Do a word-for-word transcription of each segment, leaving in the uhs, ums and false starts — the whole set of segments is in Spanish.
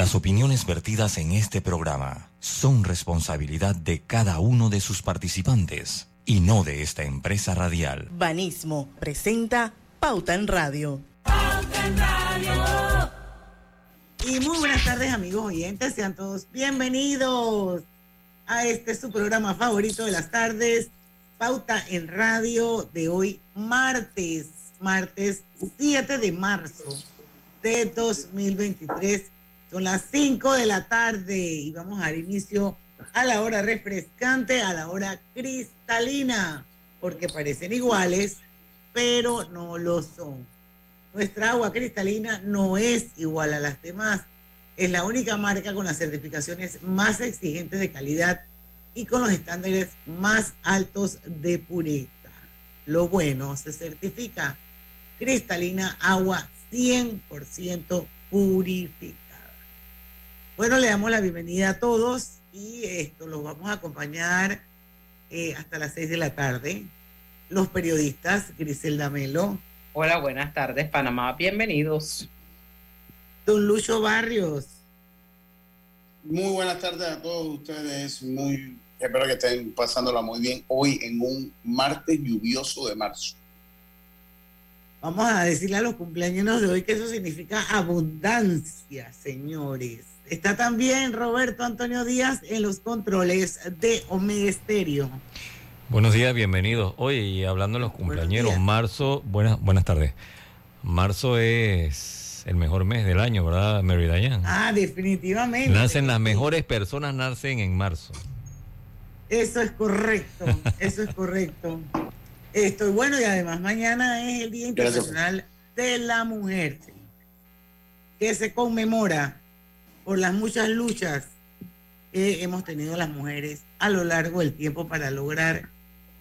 Las opiniones vertidas en este programa son responsabilidad de cada uno de sus participantes y no de esta empresa radial. Banismo presenta Pauta en Radio. Pauta en Radio. Y muy buenas tardes, amigos oyentes, sean todos bienvenidos a este su programa favorito de las tardes, Pauta en Radio, de hoy martes, martes siete de marzo de dos mil veintitrés. Son las cinco de la tarde y vamos a dar inicio a la hora refrescante, a la hora cristalina, porque parecen iguales, pero no lo son. Nuestra agua cristalina no es igual a las demás. Es la única marca con las certificaciones más exigentes de calidad y con los estándares más altos de pureza. Lo bueno, se certifica cristalina, agua cien por ciento purificada. Bueno, le damos la bienvenida a todos y esto los vamos a acompañar eh, hasta las seis de la tarde. Los periodistas, Griselda Melo. Hola, buenas tardes, Panamá, bienvenidos. Don Lucho Barrios. Muy buenas tardes a todos ustedes, muy espero que estén pasándola muy bien hoy en un martes lluvioso de marzo. Vamos a decirle a los cumpleaños de hoy que eso significa abundancia, señores. Está también Roberto Antonio Díaz en los controles de Omega Estéreo. Buenos días, bienvenidos. Oye, y hablando de los cumpleañeros, marzo, buenas, buenas tardes. Marzo es el mejor mes del año, ¿verdad, Mary Dayan? Ah, definitivamente. Nacen las mejores personas, nacen en marzo. Eso es correcto, eso es correcto. Esto, bueno, y además mañana es el Día Internacional de la Mujer, que se conmemora por las muchas luchas que hemos tenido las mujeres a lo largo del tiempo para lograr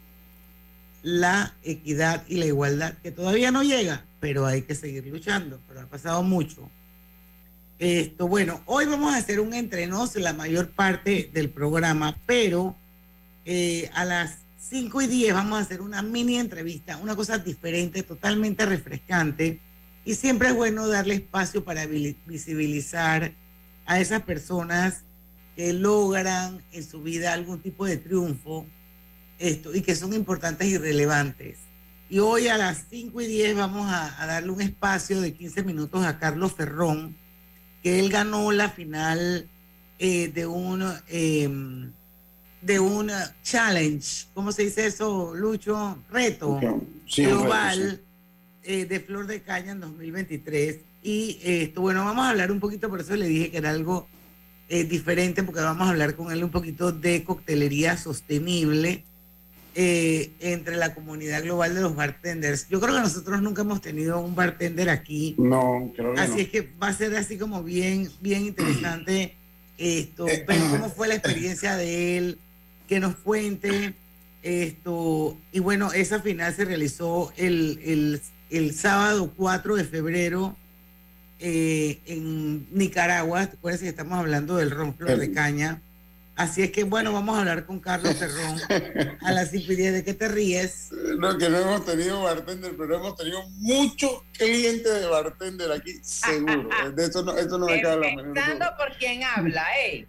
la equidad y la igualdad, que todavía no llega, pero hay que seguir luchando, pero ha pasado mucho. Esto, bueno, hoy vamos a hacer un entrenos la mayor parte del programa, pero eh, a las cinco y diez vamos a hacer una mini entrevista, una cosa diferente, totalmente refrescante, y siempre es bueno darle espacio para visibilizar a esas personas que logran en su vida algún tipo de triunfo esto, y que son importantes y relevantes. Y hoy a las cinco y diez vamos a, a darle un espacio de quince minutos a Carlos Ferrón, que él ganó la final eh, de un... Eh, de un challenge, ¿cómo se dice eso, Lucho? Reto sí, global reto, sí. eh, de Flor de Caña en dos mil veintitrés. Y eh, esto, bueno, vamos a hablar un poquito, por eso le dije que era algo eh, diferente, porque vamos a hablar con él un poquito de coctelería sostenible eh, entre la comunidad global de los bartenders. Yo creo que nosotros nunca hemos tenido un bartender aquí. No, creo que Así no. es que va a ser así como bien, bien interesante esto, ver cómo fue la experiencia de él, que nos cuente esto. Y bueno, esa final se realizó el, el, el sábado cuatro de febrero eh, en Nicaragua. Acuérdense que estamos hablando del ron Flor de Caña. Así es que bueno, vamos a hablar con Carlos Ferrón a las cinco y diez. ¿De qué te ríes? No, que no hemos tenido bartender, pero hemos tenido muchos clientes de bartender aquí, seguro. De eso no, eso no me cabe la menor duda. Empezando por quien habla, ¿eh?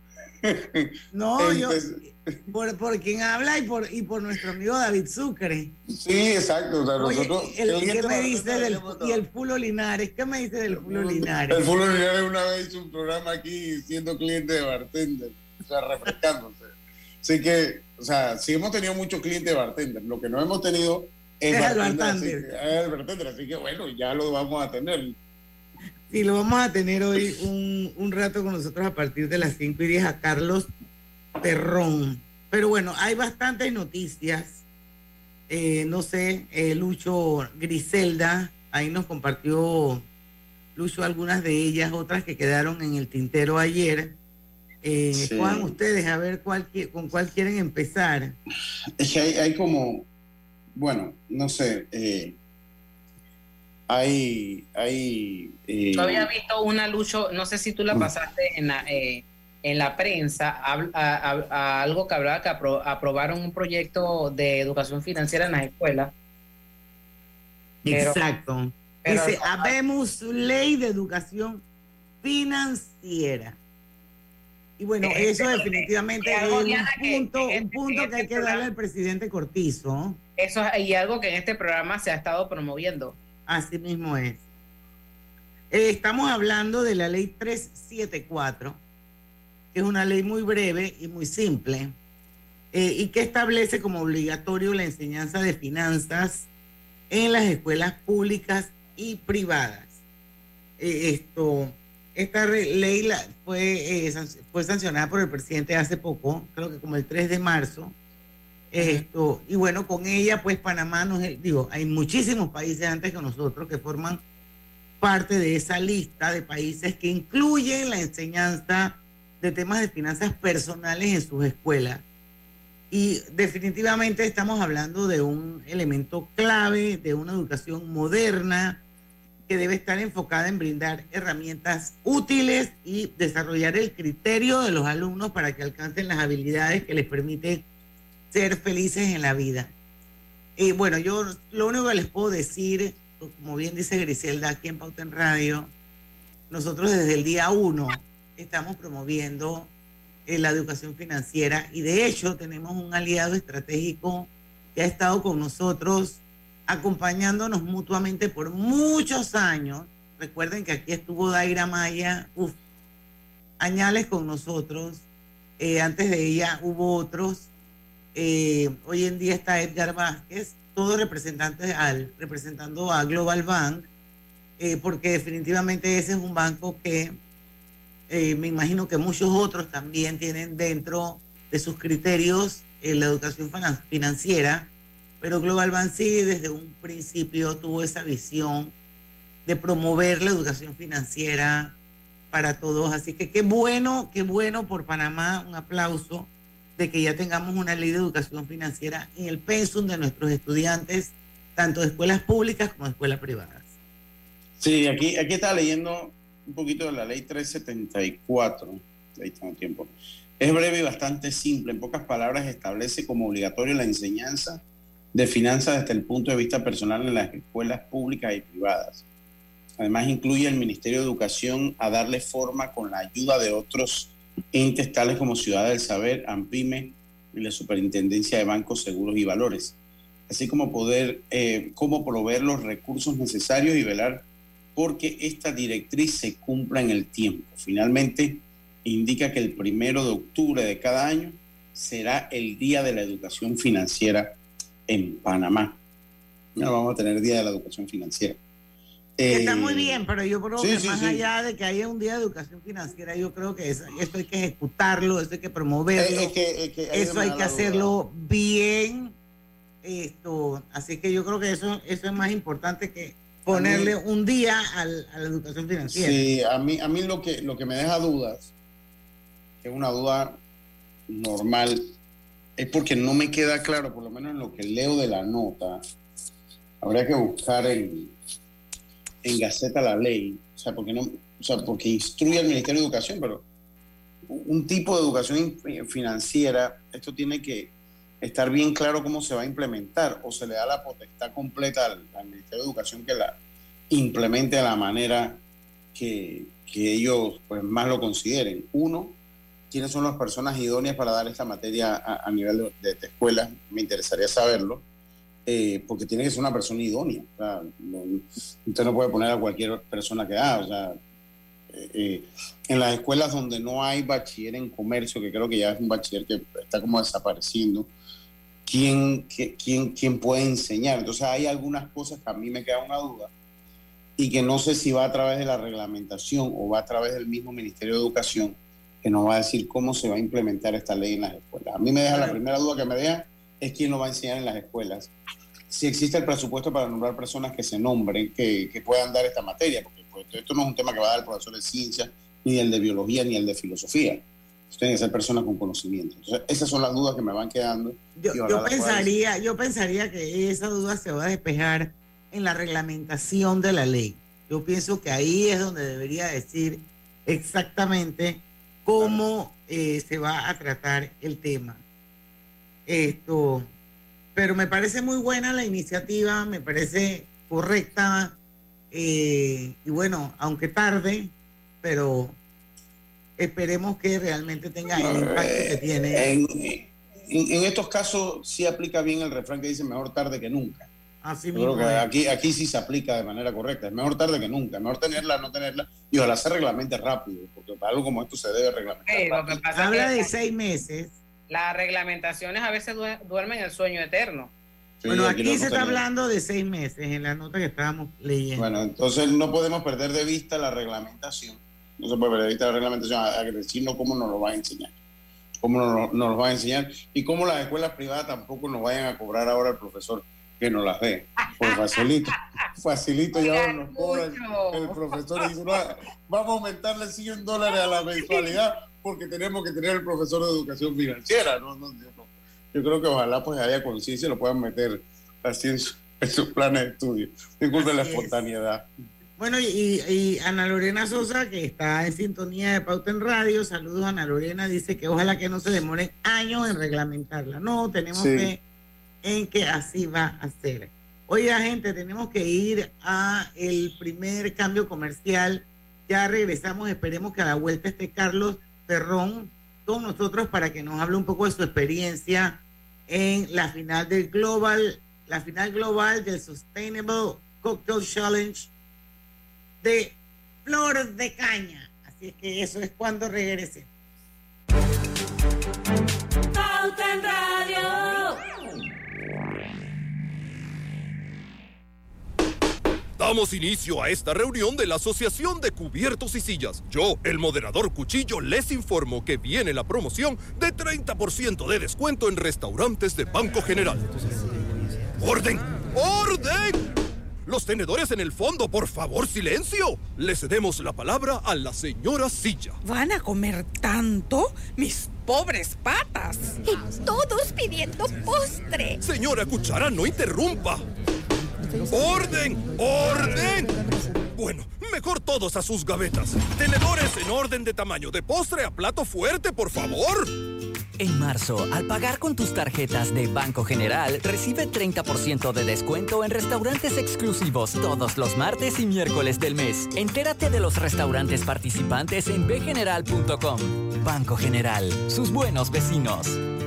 No, yo por, por quien habla y por y por nuestro amigo David Sucre. Sí, exacto. O sea, Oye, nosotros, el, el ¿qué me dice del y el Fulo Linares? ¿Qué me dice del Fulo Linares? El Fulo Linares una vez hizo un programa aquí siendo cliente de bartender, o sea, refrescándose. Así que, o sea, sí hemos tenido muchos clientes de bartender. Lo que no hemos tenido es, es bartender, el bartender. Así que, es el bartender. Así que bueno, ya lo vamos a tener. Sí, lo vamos a tener hoy un, un rato con nosotros a partir de las cinco y diez a Carlos Ferrón. Pero bueno, hay bastantes noticias. Eh, no sé, eh, Lucho, Griselda, ahí nos compartió Lucho algunas de ellas, otras que quedaron en el tintero ayer. Eh, sí. Juan, ustedes, a ver cuál, con cuál quieren empezar. Es que hay, hay como, bueno, no sé, eh, hay... hay eh, Yo había visto una, Lucho, no sé si tú la pasaste en la, eh, en la prensa, a, a, a, a algo que hablaba que apro, aprobaron un proyecto de educación financiera en las escuelas. Exacto. Pero, Dice, no, habemos ley de educación financiera. Y bueno, este, eso definitivamente es un punto, que, un punto este, que hay que darle al presidente Cortizo. Eso y algo que en este programa se ha estado promoviendo. Así mismo es. Eh, estamos hablando de la ley trescientos setenta y cuatro, que es una ley muy breve y muy simple, eh, y que establece como obligatorio la enseñanza de finanzas en las escuelas públicas y privadas. Eh, esto, esta re, ley la, fue, eh, fue sancionada por el presidente hace poco, creo que como el tres de marzo. Esto, y bueno, con ella, pues Panamá, nos, digo, hay muchísimos países antes que nosotros que forman parte de esa lista de países que incluyen la enseñanza de temas de finanzas personales en sus escuelas. Y definitivamente estamos hablando de un elemento clave, de una educación moderna que debe estar enfocada en brindar herramientas útiles y desarrollar el criterio de los alumnos para que alcancen las habilidades que les permiten ser felices en la vida. Y bueno, yo lo único que les puedo decir, como bien dice Griselda aquí en Pauta en Radio, nosotros desde el día uno estamos promoviendo eh, la educación financiera y de hecho tenemos un aliado estratégico que ha estado con nosotros acompañándonos mutuamente por muchos años. Recuerden que aquí estuvo Daira Maya, uf, añales con nosotros. Eh, antes de ella hubo otros. Eh, hoy en día está Edgar Vázquez, todos representantes al, representando a Global Bank, eh, porque definitivamente ese es un banco que eh, me imagino que muchos otros también tienen dentro de sus criterios eh, la educación financiera, pero Global Bank sí desde un principio tuvo esa visión de promover la educación financiera para todos, así que qué bueno, qué bueno por Panamá, un aplauso de que ya tengamos una ley de educación financiera en el pensum de nuestros estudiantes, tanto de escuelas públicas como de escuelas privadas. Sí, aquí, aquí estaba leyendo un poquito de la ley trescientos setenta y cuatro, ahí tengo tiempo. Es breve y bastante simple, en pocas palabras establece como obligatorio la enseñanza de finanzas desde el punto de vista personal en las escuelas públicas y privadas. Además incluye al Ministerio de Educación a darle forma con la ayuda de otros entes tales como Ciudad del Saber, AMPIME y la Superintendencia de Bancos, Seguros y Valores, así como poder, eh, cómo proveer los recursos necesarios y velar porque esta directriz se cumpla en el tiempo. Finalmente, indica que el primero de octubre de cada año será el Día de la Educación Financiera en Panamá. No vamos a tener Día de la Educación Financiera. Está muy bien, pero yo creo sí, que sí, más sí. allá de que haya un día de educación financiera, yo creo que eso, esto hay que ejecutarlo, esto hay que promoverlo, es, es que, es que eso hay que hacerlo duda. bien, esto, así que yo creo que eso, eso es más importante que ponerle mí, un día al, a la educación financiera. Sí, a mí, a mí lo que, lo que me deja dudas, que es una duda normal, es porque no me queda claro, por lo menos en lo que leo de la nota, habría que buscar en en Gaceta la ley, o sea, porque no, o sea, porque instruye al Ministerio de Educación, pero un tipo de educación financiera, esto tiene que estar bien claro cómo se va a implementar, o se le da la potestad completa al, al Ministerio de Educación que la implemente de la manera que, que ellos pues más lo consideren. Uno, ¿quiénes son las personas idóneas para dar esta materia a, a nivel de, de escuelas? Me interesaría saberlo. Eh, porque tiene que ser una persona idónea. O sea, no, usted no puede poner a cualquier persona que da. O sea, eh, eh, en las escuelas donde no hay bachiller en comercio, que creo que ya es un bachiller que está como desapareciendo, ¿quién, qué, quién, quién puede enseñar? Entonces hay algunas cosas que a mí me queda una duda y que no sé si va a través de la reglamentación o va a través del mismo Ministerio de Educación, que nos va a decir cómo se va a implementar esta ley en las escuelas. A mí me deja, la primera duda que me deja es quién lo va a enseñar en las escuelas. Si existe el presupuesto para nombrar personas que se nombren, que, que puedan dar esta materia, porque pues, esto no es un tema que va a dar el profesor de ciencia, ni el de biología, ni el de filosofía. Tienen que ser personas con conocimiento. Entonces, esas son las dudas que me van quedando. Yo, yo pensaría, yo pensaría que esa duda se va a despejar en la reglamentación de la ley. Yo pienso que ahí es donde debería decir exactamente cómo eh, se va a tratar el tema. Esto... Pero me parece muy buena la iniciativa, me parece correcta, eh, y bueno, aunque tarde, pero esperemos que realmente tenga el impacto que tiene. En, en, en estos casos sí aplica bien el refrán que dice mejor tarde que nunca. Así Yo mismo creo que es. aquí, aquí sí se aplica de manera correcta. Es mejor tarde que nunca. Mejor tenerla, no tenerla. Y ojalá se reglamente rápido, porque para algo como esto se debe reglamentar. Sí, lo rápido. que pasa Habla es que de seis meses. las reglamentaciones a veces duer- duermen el sueño eterno. Sí, Bueno, aquí lo se hemos está tenido. hablando de seis meses en la nota que estábamos leyendo. Bueno, entonces no podemos perder de vista la reglamentación. No se puede perder de vista la reglamentación, a, a decirnos cómo nos lo va a enseñar. Cómo nos, nos lo va a enseñar y cómo las escuelas privadas tampoco nos vayan a cobrar ahora el profesor que nos las dé. Pues facilito, facilito ya ahora nos cobra el, el profesor y dice, no, vamos a aumentarle cien dólares a la mensualidad porque tenemos que tener el profesor de educación financiera. No, no, yo, no. yo creo que ojalá pues haya conciencia y lo puedan meter así en, su, en sus planes de estudio. Disculpen la espontaneidad. Bueno, y, y Ana Lorena Sosa, que está en sintonía de Pauta en Radio, saludos a Ana Lorena, dice que ojalá que no se demoren años en reglamentarla. No, tenemos Sí. fe en que así va a ser. Oiga, gente, tenemos que ir a el primer cambio comercial. Ya regresamos, esperemos que a la vuelta esté Carlos Ferrón con nosotros para que nos hable un poco de su experiencia en la final del Global, la final global del Sustainable Cocktail Challenge de Flor de Caña. Así es que eso es cuando regrese. Pauta en Radio. Damos inicio a esta reunión de la Asociación de Cubiertos y Sillas. Yo, el moderador Cuchillo, les informo que viene la promoción de treinta por ciento de descuento en restaurantes de Banco General. ¡Orden! ¡Orden! Los tenedores en el fondo, por favor, silencio. Le cedemos la palabra a la señora Silla. ¿Van a comer tanto? ¡Mis pobres patas! Y todos pidiendo postre. Señora Cuchara, no interrumpa. ¡Orden! ¡Orden! Bueno, mejor todos a sus gavetas. Tenedores en orden de tamaño de postre a plato fuerte, por favor. En marzo, al pagar con tus tarjetas de Banco General, recibe treinta por ciento de descuento en restaurantes exclusivos todos los martes y miércoles del mes. Entérate de los restaurantes participantes en b general punto com. Banco General, sus buenos vecinos.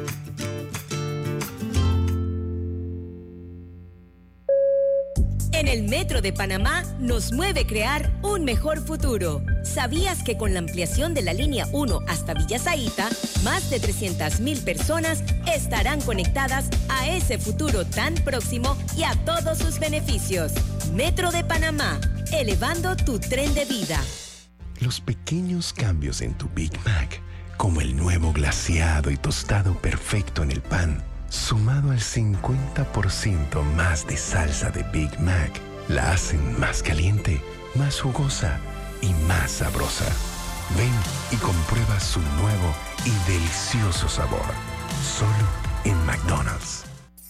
En el Metro de Panamá nos mueve crear un mejor futuro. ¿Sabías que con la ampliación de la línea uno hasta Villa Zaita, más de trescientas mil personas estarán conectadas a ese futuro tan próximo y a todos sus beneficios? Metro de Panamá, elevando tu tren de vida. Los pequeños cambios en tu Big Mac, como el nuevo glaseado y tostado perfecto en el pan, sumado al cincuenta por ciento más de salsa de Big Mac, la hacen más caliente, más jugosa y más sabrosa. Ven y comprueba su nuevo y delicioso sabor. Solo en McDonald's.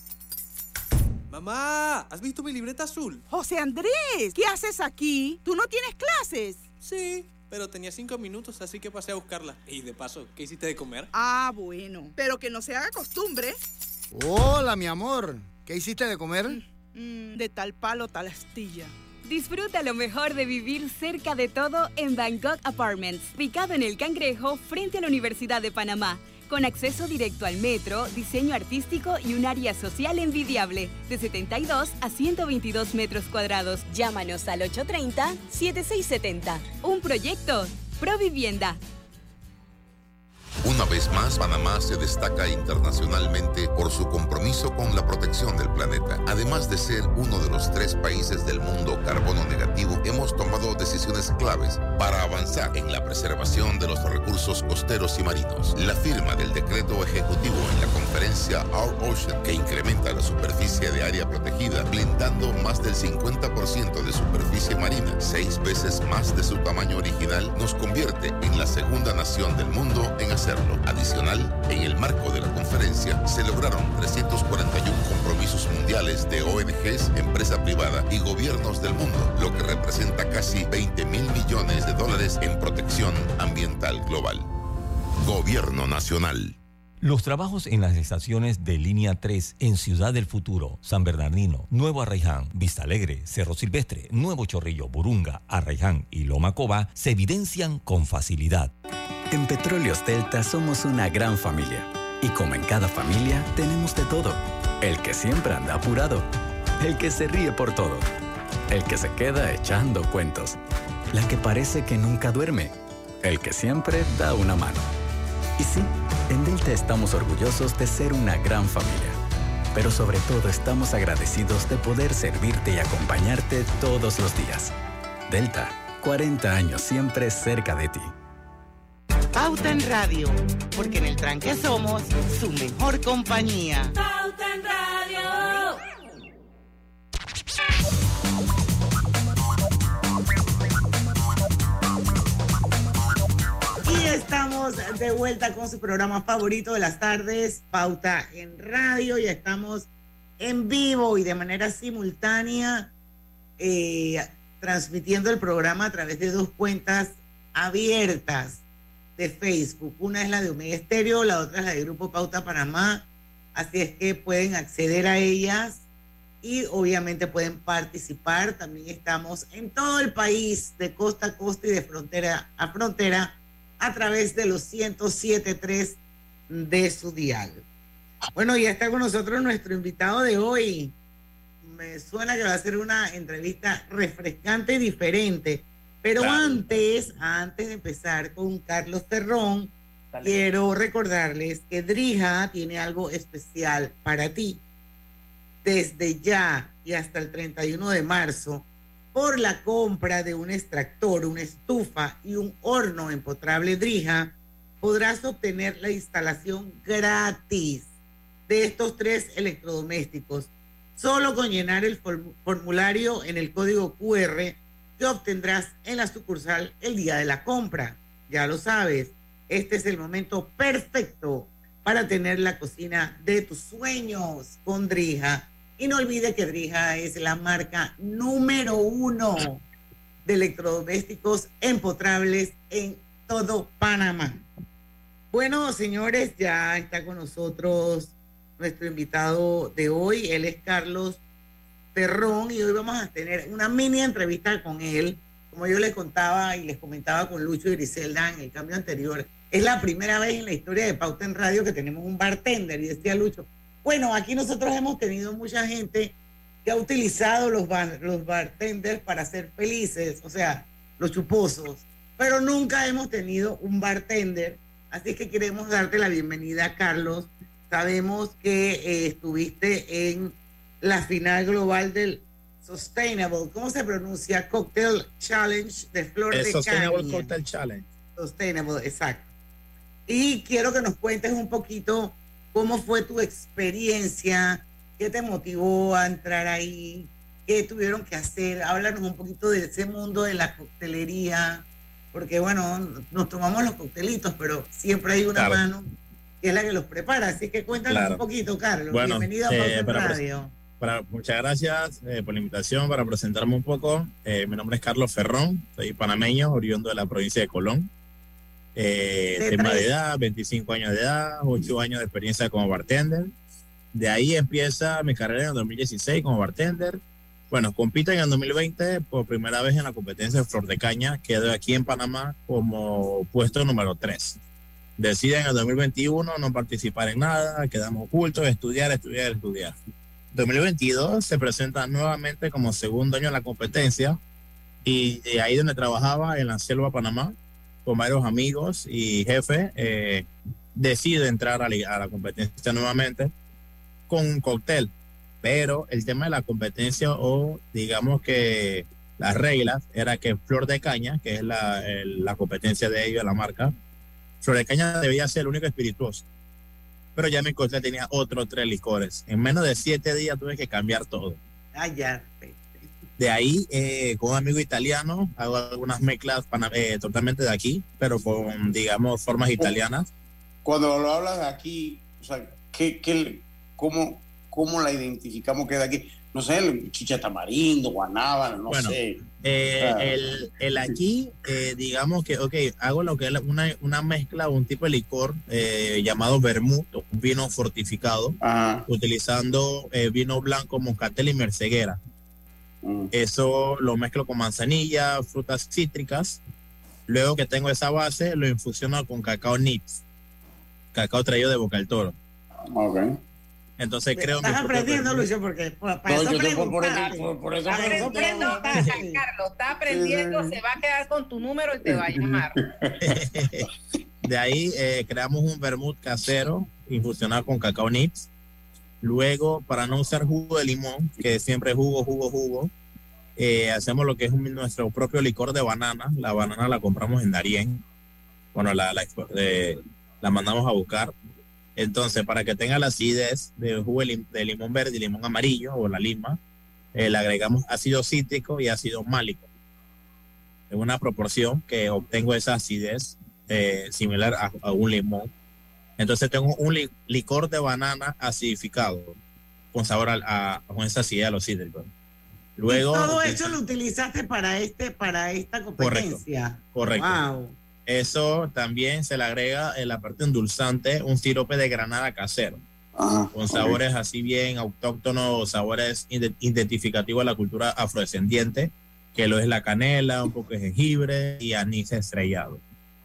Mamá, ¿has visto mi libreta azul? José Andrés, ¿qué haces aquí? ¿Tú no tienes clases? Sí, pero tenía cinco minutos, así que pasé a buscarla. Y de paso, ¿qué hiciste de comer? Ah, bueno, pero que no se haga costumbre. Hola, mi amor. ¿Qué hiciste de comer? Mm, de tal palo, tal astilla. Disfruta lo mejor de vivir cerca de todo en Bangkok Apartments, ubicado en El Cangrejo, frente a la Universidad de Panamá, con acceso directo al metro, diseño artístico y un área social envidiable, de setenta y dos a ciento veintidós metros cuadrados. Llámanos al ocho tres cero, siete seis siete cero. Un proyecto Provivienda. Una vez más, Panamá se destaca internacionalmente por su compromiso con la protección del planeta. Además de ser uno de los tres países del mundo carbono negativo, hemos tomado decisiones claves para avanzar en la preservación de los recursos costeros y marinos. La firma del decreto ejecutivo en la conferencia Our Ocean, que incrementa la superficie de área protegida, blindando más del cincuenta por ciento de superficie marina, seis veces más de su tamaño original, nos convierte en la segunda nación del mundo en hacerlo. Adicional, en el marco de la conferencia se lograron trescientos cuarenta y uno compromisos mundiales de O N Ges, empresa privada y gobiernos del mundo, lo que representa casi veinte mil millones de dólares en protección ambiental global. Gobierno Nacional. Los trabajos en las estaciones de Línea tres en Ciudad del Futuro, San Bernardino, Nuevo Arraiján, Vista Alegre, Cerro Silvestre, Nuevo Chorrillo, Burunga, Arraiján y Loma Coba se evidencian con facilidad. En Petróleos Delta somos una gran familia. Y como en cada familia, tenemos de todo. El que siempre anda apurado. El que se ríe por todo. El que se queda echando cuentos. La que parece que nunca duerme. El que siempre da una mano. Y sí, en Delta estamos orgullosos de ser una gran familia. Pero sobre todo estamos agradecidos de poder servirte y acompañarte todos los días. Delta, cuarenta años siempre cerca de ti. Pauta en Radio, porque en el tranque somos su mejor compañía. Pauta en Radio. Y estamos de vuelta con su programa favorito de las tardes, Pauta en Radio. Ya estamos en vivo y de manera simultánea eh, transmitiendo el programa a través de dos cuentas abiertas de Facebook. Una es la de Omega Estéreo, la otra es la de Grupo Pauta Panamá. Así es que pueden acceder a ellas y obviamente pueden participar. También estamos en todo el país, de costa a costa y de frontera a frontera, a través de los ciento siete punto tres de su dial. Bueno, ya está con nosotros nuestro invitado de hoy. Me suena que va a ser una entrevista refrescante y diferente. Pero claro, antes, antes de empezar con Carlos Ferrón, Dale. quiero recordarles que Drija tiene algo especial para ti. Desde ya y hasta el treinta y uno de marzo, por la compra de un extractor, una estufa y un horno empotrable Drija, podrás obtener la instalación gratis de estos tres electrodomésticos, solo con llenar el formulario en el código cu erre que obtendrás en la sucursal el día de la compra. Ya lo sabes, este es el momento perfecto para tener la cocina de tus sueños con Drija. Y no olvide que Drija es la marca número uno de electrodomésticos empotrables en todo Panamá. Bueno, señores, ya está con nosotros nuestro invitado de hoy. Él es Carlos Ferrón y hoy vamos a tener una mini entrevista con él. Como yo les contaba y les comentaba con Lucho y Griselda en el cambio anterior, es la primera vez en la historia de Pauta en Radio que tenemos un bartender. Y decía Lucho, bueno, aquí nosotros hemos tenido mucha gente que ha utilizado los, bar, los bartenders para ser felices, o sea, los chuposos, pero nunca hemos tenido un bartender. Así que queremos darte la bienvenida, Carlos. Sabemos que eh, estuviste en la final global del Sustainable, ¿cómo se pronuncia? Cocktail Challenge de Flor de Caña. Sustainable Cocktail Challenge. Sustainable, exacto. Y quiero que nos cuentes un poquito cómo fue tu experiencia, qué te motivó a entrar ahí, qué tuvieron que hacer. Háblanos un poquito de ese mundo de la coctelería, porque bueno, nos tomamos los coctelitos, pero siempre hay una claro. mano que es la que los prepara. Así que cuéntanos claro. un poquito, Carlos. Bueno, bienvenido a eh, Pauta Radio. Para, muchas gracias eh, por la invitación, para presentarme un poco. Eh, mi nombre es Carlos Ferrón, soy panameño, oriundo de la provincia de Colón. Eh, de tema de edad, veinticinco años de edad, ocho años de experiencia como bartender. De ahí empieza mi carrera en el dos mil dieciséis como bartender. Bueno, compito en el dos mil veinte por primera vez en la competencia de Flor de Caña, quedo aquí en Panamá como puesto número tres. Decide en el dos mil veintiuno no participar en nada, quedamos ocultos, estudiar, estudiar, estudiar. dos mil veintidós se presenta nuevamente como segundo año en la competencia y de ahí donde trabajaba en la selva Panamá con varios amigos y jefes, eh, decido entrar a la, a la competencia nuevamente con un cóctel. Pero el tema de la competencia o digamos que las reglas era que Flor de Caña, que es la, el, la competencia de ellos, la marca, Flor de Caña debía ser el único espirituoso. Pero ya mi cóctel tenía otros tres licores. En menos de siete días tuve que cambiar todo. Ah, ya. De ahí, eh, con un amigo italiano, hago algunas mezclas eh, totalmente de aquí, pero con, digamos, formas italianas. Cuando lo hablas de aquí, o sea, ¿qué, qué, cómo, ¿cómo la identificamos que es de aquí? No sé, el chicha tamarindo, guanábana, no bueno, sé. Eh, ah. el, el aquí, eh, digamos que, ok, hago lo que es una, una mezcla, un tipo de licor eh, llamado vermut, un vino fortificado, ah. utilizando eh, vino blanco, moscatel y merceguera. Mm. Eso lo mezclo con manzanilla, frutas cítricas Luego que tengo esa base, lo infusiono con cacao nibs, cacao traído de Boca del Toro. Ok. Entonces creo que... Estás aprendiendo, Lucio, porque para No, eso yo tengo por, preguntaste. por, por eso Para eso Aprendiendo, preguntaste. Carlos, está aprendiendo, se va a quedar con tu número y te va a llamar. De ahí eh, creamos un vermut casero infusionado con cacao nibs. Luego, para no usar jugo de limón, que siempre es jugo, jugo, jugo, eh, hacemos lo que es un, nuestro propio licor de banana. La banana la compramos en Darién. Bueno, la, la, eh, la mandamos a buscar. Entonces, para que tenga la acidez de jugo de, lim, de limón verde y limón amarillo o la lima, eh, le agregamos ácido cítrico y ácido málico. En una proporción que obtengo esa acidez eh, similar a, a un limón. Entonces tengo un li, licor de banana acidificado con sabor a, a con esa acidez a los cítricos. Luego, y todo eso lo utilizaste para este, para esta competencia. Correcto. Correcto. Wow. Eso también se le agrega en la parte endulzante un sirope de granada casero. Ah, con sabores okay. así bien autóctonos, sabores identificativos de la cultura afrodescendiente, que lo es la canela, un poco de jengibre y anís estrellado.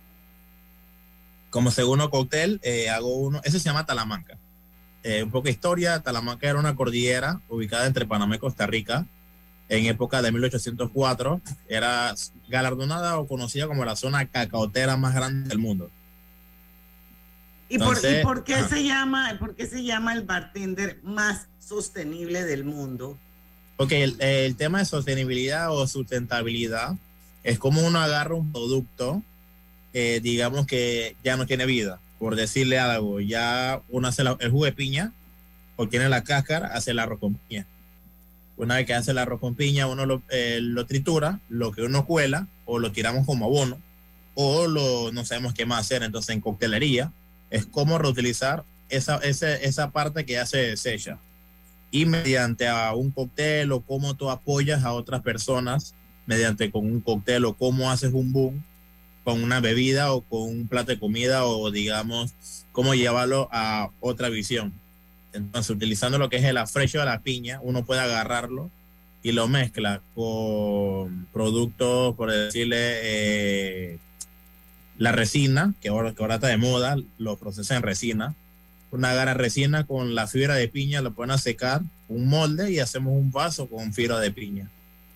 Como segundo cóctel, eh, hago uno, ese se llama Talamanca. Eh, un poco de historia, Talamanca era una cordillera ubicada entre Panamá y Costa Rica. En época de mil ochocientos cuatro, era galardonada o conocida como la zona cacaotera más grande del mundo. ¿Y, Entonces, por, ¿y por qué se llama, por qué se llama el bartender más sostenible del mundo? Porque el, el tema de sostenibilidad o sustentabilidad es como uno agarra un producto, eh, digamos que ya no tiene vida, por decirle algo. Ya uno hace la, el jugo de piña, obtiene la cáscara, hace el arroz con piña. Una vez que hace el arroz con piña, uno lo, eh, lo tritura, lo que uno cuela, o lo tiramos como abono, o lo, no sabemos qué más hacer. Entonces, en coctelería, es cómo reutilizar esa, esa, esa parte que ya se desecha. Y mediante a un cóctel, o cómo tú apoyas a otras personas, mediante con un cóctel, o cómo haces un boom con una bebida, o con un plato de comida, o digamos, cómo llevarlo a otra visión. Entonces, utilizando lo que es el afrecho de la piña, uno puede agarrarlo y lo mezcla con productos, por decirle, eh, la resina, que ahora, que ahora está de moda, lo procesa en resina. Una agarra resina con la fibra de piña, lo ponen a secar, un molde, y hacemos un vaso con fibra de piña.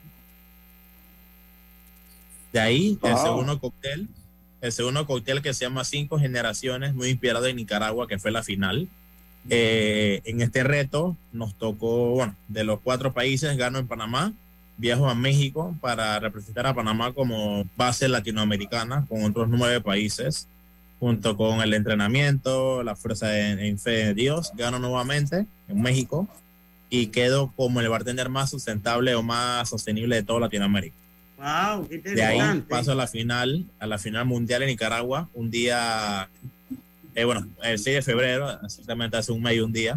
De ahí, el Wow. segundo cóctel, el segundo cóctel que se llama Cinco Generaciones, muy inspirado en Nicaragua, que fue la final. Eh, en este reto nos tocó, bueno, de los cuatro países gano en Panamá, viajo a México para representar a Panamá como base latinoamericana con otros nueve países, junto con el entrenamiento, la fuerza en, en fe de Dios. Gano nuevamente en México y quedo como el bartender más sustentable o más sostenible de toda Latinoamérica. Wow, qué De ahí interesante. paso a la final, a la final mundial en Nicaragua, un día, eh, bueno, el seis de febrero, exactamente hace un mes y un día,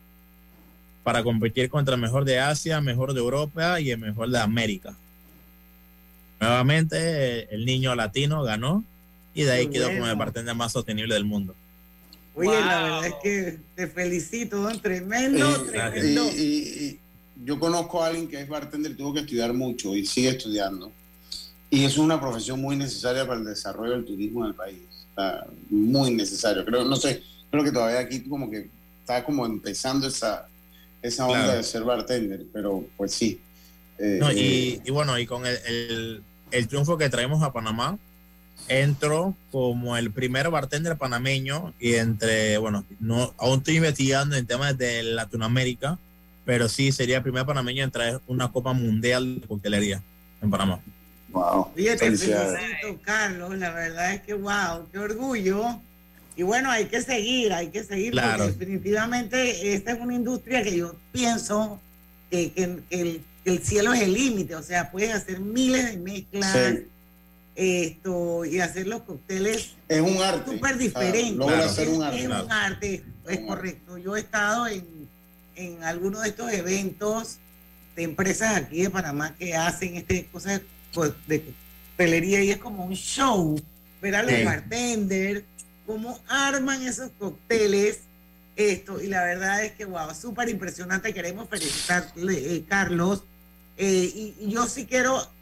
para competir contra el mejor de Asia, mejor de Europa y el mejor de América. Nuevamente, eh, el niño latino ganó y de ahí Qué quedó bueno. como el bartender más sostenible del mundo. Oye, Wow. la verdad es que te felicito, don. Tremendo, Y- tremendo. y, y- y yo conozco a alguien que es bartender, tuvo que estudiar mucho y sigue estudiando. Y es una profesión muy necesaria para el desarrollo del turismo en el país. Está muy necesario. Creo, no sé, creo que todavía aquí como que está como empezando esa, esa onda Claro. de ser bartender, pero pues sí. Eh, No, eh, y, y bueno, y con el, el, el triunfo que traemos a Panamá, entro como el primer bartender panameño y entre, bueno, no, aún estoy investigando en temas de Latinoamérica, pero sí sería el primer panameño en traer una Copa Mundial de Coctelería en Panamá. Wow. Oye, te Felicidades. felicito, Carlos. La verdad es que, wow, qué orgullo. Y bueno, hay que seguir, hay que seguir, Claro. porque definitivamente esta es una industria que yo pienso que, que- que el, que el cielo es el límite. O sea, puedes hacer miles de mezclas Sí. esto y hacer los cócteles Es un arte. súper O sea, diferentes. logra Claro. ser un Es- arte. Es Claro. un arte, es correcto. Yo he estado en, en algunos de estos eventos de empresas aquí de Panamá que hacen este cosas pues, de coctelería y es como un show ver a los Sí. bartenders cómo arman esos cócteles esto y la verdad es que wow, súper impresionante. Queremos felicitarle, eh, Carlos. Eh, y, y yo sí quiero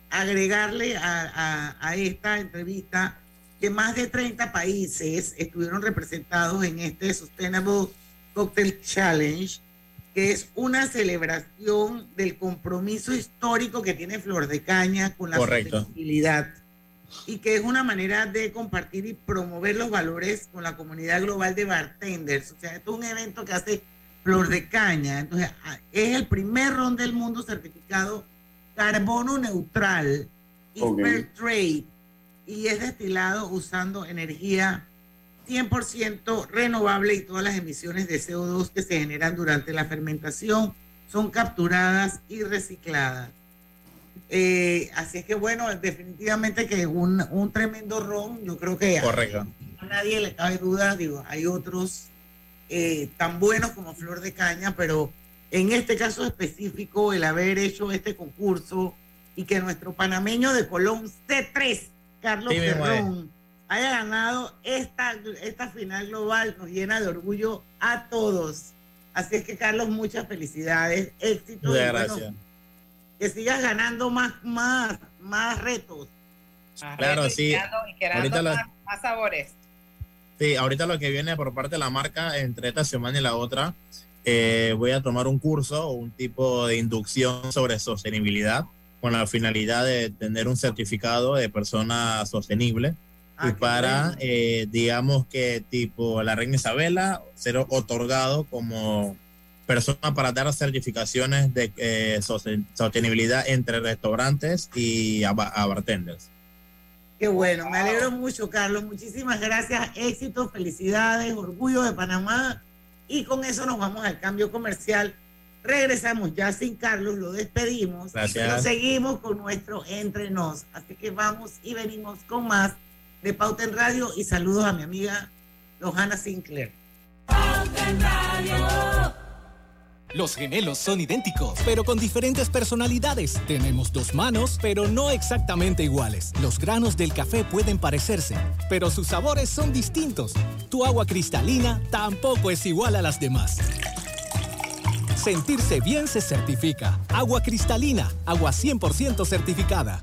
agregarle a, a, a esta entrevista que más de treinta países estuvieron representados en este Sustainable Cocktail Challenge, que es una celebración del compromiso histórico que tiene Flor de Caña con la Correcto. sostenibilidad, y que es una manera de compartir y promover los valores con la comunidad global de bartenders. O sea, esto es un evento que hace Flor de Caña. Entonces, es el primer ron del mundo certificado carbono neutral y Okay. fair trade, y es destilado usando energía cien por ciento renovable, y todas las emisiones de C O dos que se generan durante la fermentación son capturadas y recicladas. Eh, así es que bueno, definitivamente que un, un tremendo ron. Yo creo que Correcto. a, a nadie le cabe duda. Digo, hay otros eh, tan buenos como Flor de Caña, pero en este caso específico, el haber hecho este concurso y que nuestro panameño de Colón C tres, Carlos Sí, Ferrón, haya ganado esta, esta final global, nos llena de orgullo a todos. Así es que, Carlos, muchas felicidades, éxito. Muchas y bueno, gracias. que sigas ganando más, más, más retos. Claro, sí. Y creando Ahorita la- más, más sabores. Sí, ahorita lo que viene por parte de la marca, entre esta semana y la otra, eh, voy a tomar un curso o un tipo de inducción sobre sostenibilidad con la finalidad de tener un certificado de persona sostenible. Ah, y qué para, bueno. eh, digamos que tipo la reina Isabela, ser otorgado como persona para dar certificaciones de eh, sosten- sostenibilidad entre restaurantes y a, ba- a bartenders. Qué bueno, me alegro mucho, Carlos. Muchísimas gracias, éxitos, felicidades, orgullo de Panamá. Y con eso nos vamos al cambio comercial. Regresamos ya sin Carlos, lo despedimos. Gracias. Pero seguimos con nuestro Entre Nos. Así que vamos y venimos con más de Pauta en Radio, y saludos a mi amiga Johanna Sinclair. Pauta en Radio. Los gemelos son idénticos, pero con diferentes personalidades. Tenemos dos manos, pero no exactamente iguales. Los granos del café pueden parecerse, pero sus sabores son distintos. Tu agua cristalina tampoco es igual a las demás. Sentirse bien se certifica. Agua cristalina, agua cien por ciento certificada.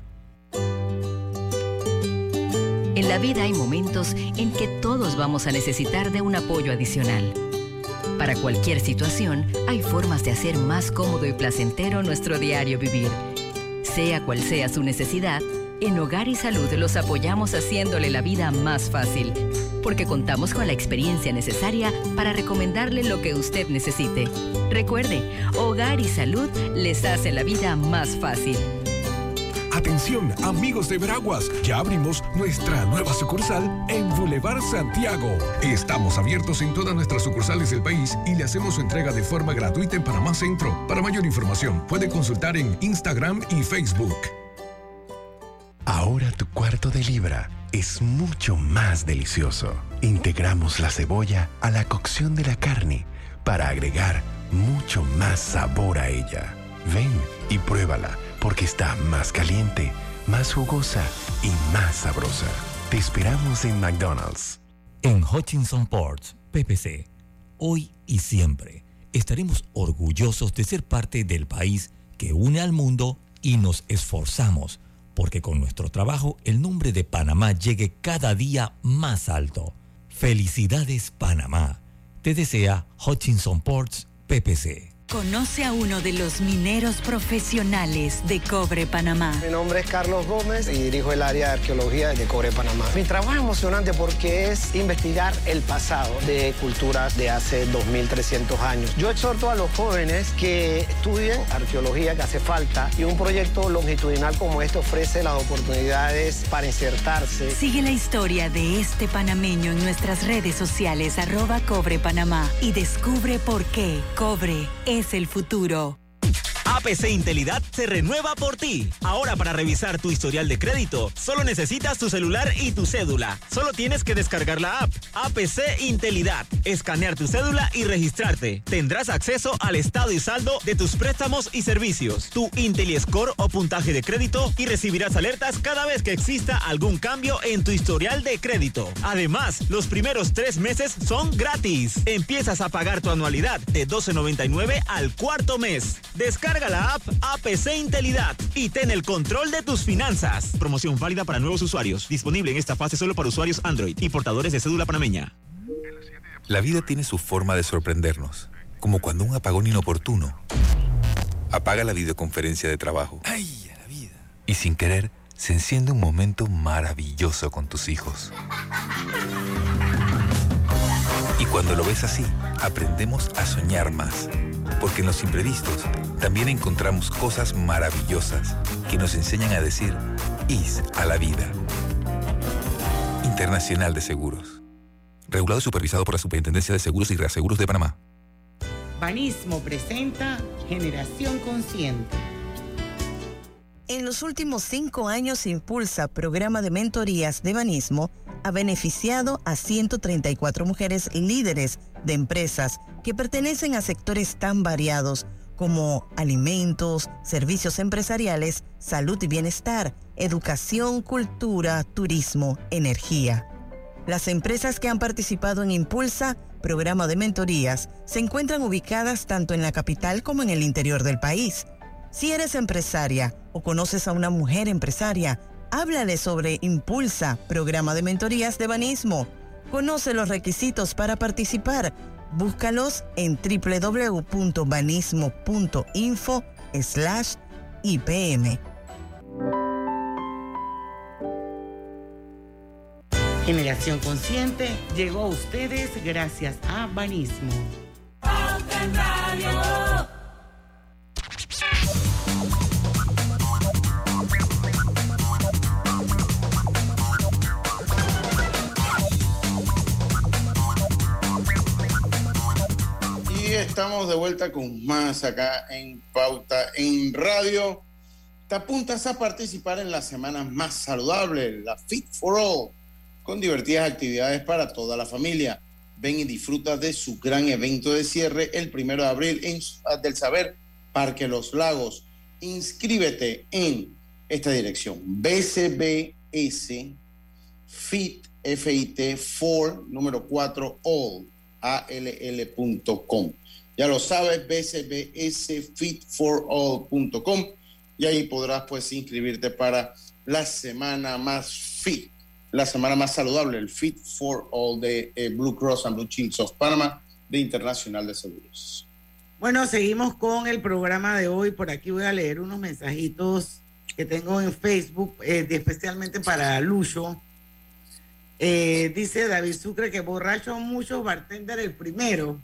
En la vida hay momentos en que todos vamos a necesitar de un apoyo adicional. Para cualquier situación, hay formas de hacer más cómodo y placentero nuestro diario vivir. Sea cual sea su necesidad, en Hogar y Salud los apoyamos haciéndole la vida más fácil, porque contamos con la experiencia necesaria para recomendarle lo que usted necesite. Recuerde, Hogar y Salud les hace la vida más fácil. Atención, amigos de Veraguas, ya abrimos nuestra nueva sucursal en Boulevard Santiago. Estamos abiertos en todas nuestras sucursales del país y le hacemos su entrega de forma gratuita en Panamá Centro. Para mayor información, puede consultar en Instagram y Facebook. Ahora tu cuarto de libra es mucho más delicioso. Integramos la cebolla a la cocción de la carne para agregar mucho más sabor a ella. Ven y pruébala, porque está más caliente, más jugosa y más sabrosa. Te esperamos en McDonald's. En Hutchinson Ports, P P C, hoy y siempre estaremos orgullosos de ser parte del país que une al mundo, y nos esforzamos porque con nuestro trabajo el nombre de Panamá llegue cada día más alto. Felicidades, Panamá. Te desea Hutchinson Ports, P P C. Conoce a uno de los mineros profesionales de Cobre Panamá. Mi nombre es Carlos Gómez y dirijo el área de arqueología de Cobre Panamá. Mi trabajo es emocionante porque es investigar el pasado de culturas de hace dos mil trescientos años. Yo exhorto a los jóvenes que estudien arqueología, que hace falta, y un proyecto longitudinal como este ofrece las oportunidades para insertarse. Sigue la historia de este panameño en nuestras redes sociales, arroba Cobre Panamá, y descubre por qué Cobre es el futuro. A P C Intelidad se renueva por ti. Ahora, para revisar tu historial de crédito, solo necesitas tu celular y tu cédula. Solo tienes que descargar la app A P C Intelidad, escanear tu cédula y registrarte. Tendrás acceso al estado y saldo de tus préstamos y servicios, tu IntelliScore o puntaje de crédito, y recibirás alertas cada vez que exista algún cambio en tu historial de crédito. Además, los primeros tres meses son gratis. Empiezas a pagar tu anualidad de doce noventa y nueve al cuarto mes. Descarga Descarga la app A P C Intelidad y ten el control de tus finanzas. Promoción válida para nuevos usuarios. Disponible en esta fase solo para usuarios Android y portadores de cédula panameña. La vida tiene su forma de sorprendernos, como cuando un apagón inoportuno apaga la videoconferencia de trabajo. ¡Ay, a la vida! Y sin querer, se enciende un momento maravilloso con tus hijos. Y cuando lo ves así, aprendemos a soñar más, porque en los imprevistos también encontramos cosas maravillosas que nos enseñan a decir I S a la vida. Internacional de Seguros. Regulado y supervisado por la Superintendencia de Seguros y Reaseguros de Panamá. Banismo presenta Generación Consciente. En los últimos cinco años, Impulsa, programa de mentorías de Banismo, ha beneficiado a ciento treinta y cuatro mujeres líderes de empresas que pertenecen a sectores tan variados como alimentos, servicios empresariales, salud y bienestar, educación, cultura, turismo, energía. Las empresas que han participado en Impulsa, programa de mentorías, se encuentran ubicadas tanto en la capital como en el interior del país. Si eres empresaria o conoces a una mujer empresaria, háblale sobre Impulsa, programa de mentorías de Banismo. Conoce los requisitos para participar. Búscalos en doble u doble u doble u punto banismo punto info slash I P M. Generación Consciente llegó a ustedes gracias a Banismo. Y estamos de vuelta con más acá en Pauta en Radio. Te apuntas a participar en las semanas más saludables, la Fit for All, con divertidas actividades para toda la familia. Ven y disfruta de su gran evento de cierre el primero de abril en Ciudad del Saber, Parque Los Lagos. Inscríbete en esta dirección: B C B S Fit, F I T, for, número cuatro, all, A L L punto com. Ya lo sabes, B C B S fit for all punto com, y ahí podrás pues inscribirte para la semana más fit, la semana más saludable, el Fit for All de eh, Blue Cross and Blue Shield of Panama de Internacional de Seguros. Bueno, seguimos con el programa de hoy. Por aquí voy a leer unos mensajitos que tengo en Facebook, eh, especialmente para Lucho. Eh, dice David Sucre que borrachos muchos, bartender el primero.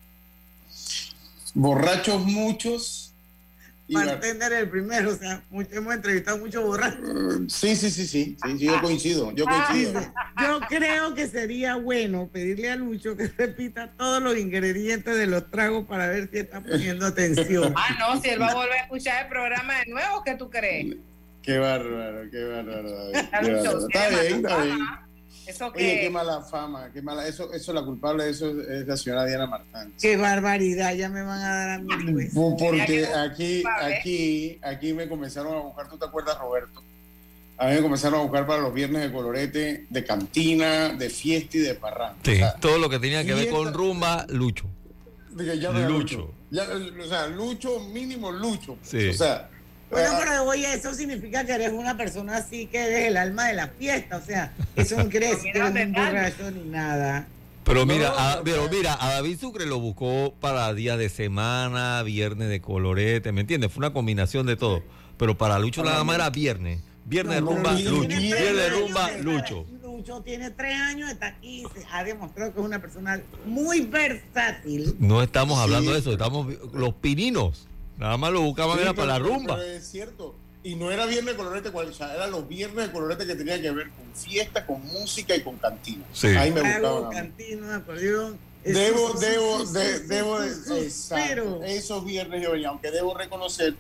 Borrachos muchos. Bartender el primero, o sea, mucho, hemos entrevistado muchos borrachos. Sí, sí, sí, sí, sí, sí, yo coincido, yo coincido. Yo creo que sería bueno pedirle a Lucho que repita todos los ingredientes de los tragos para ver si está poniendo atención. Ah, no, si él va a volver a escuchar el programa de nuevo, ¿qué tú crees? Qué bárbaro, qué bárbaro. Qué bárbaro. Está bien, está bien. ¿Eso qué? Oye, qué mala fama, qué mala, eso, eso la culpable de eso es la señora Diana Martán. Qué barbaridad, ya me van a dar a mí pues. Porque aquí, aquí, aquí me comenzaron a buscar, ¿tú te acuerdas, Roberto? A mí me comenzaron a buscar para los viernes de colorete, de cantina, de fiesta y de parranda. Sí, o sea, todo lo que tenía que ver con rumba, Lucho. Ya Lucho. Lucho. Ya, o sea, Lucho, mínimo Lucho. Sí. O sea, bueno, pero oye, eso significa que eres una persona así, que eres el alma de la fiesta, o sea, eso no quiere decir que eres un borracho ni nada. Pero mira, a, pero mira, a David Sucre lo buscó para días de semana, viernes de colorete, ¿me entiendes? Fue una combinación de todo, pero para Lucho nada más era viernes, viernes no, de rumba, no, Lucho, viernes de rumba, Lucho. Lucho tiene tres años, está aquí, se ha demostrado que es una persona muy versátil. No estamos hablando sí. de eso, estamos los pininos. Nada más lo buscaban sí, era para la rumba. Pero es cierto. Y no era viernes de colorete, o sea, eran los viernes de colorete que tenían que ver con fiesta, con música y con cantina. Sí. Ahí me Claro, buscaban. Cantina, acordeón. Debo, debo, de, debo, exacto. Esos viernes yo venía, aunque debo reconocer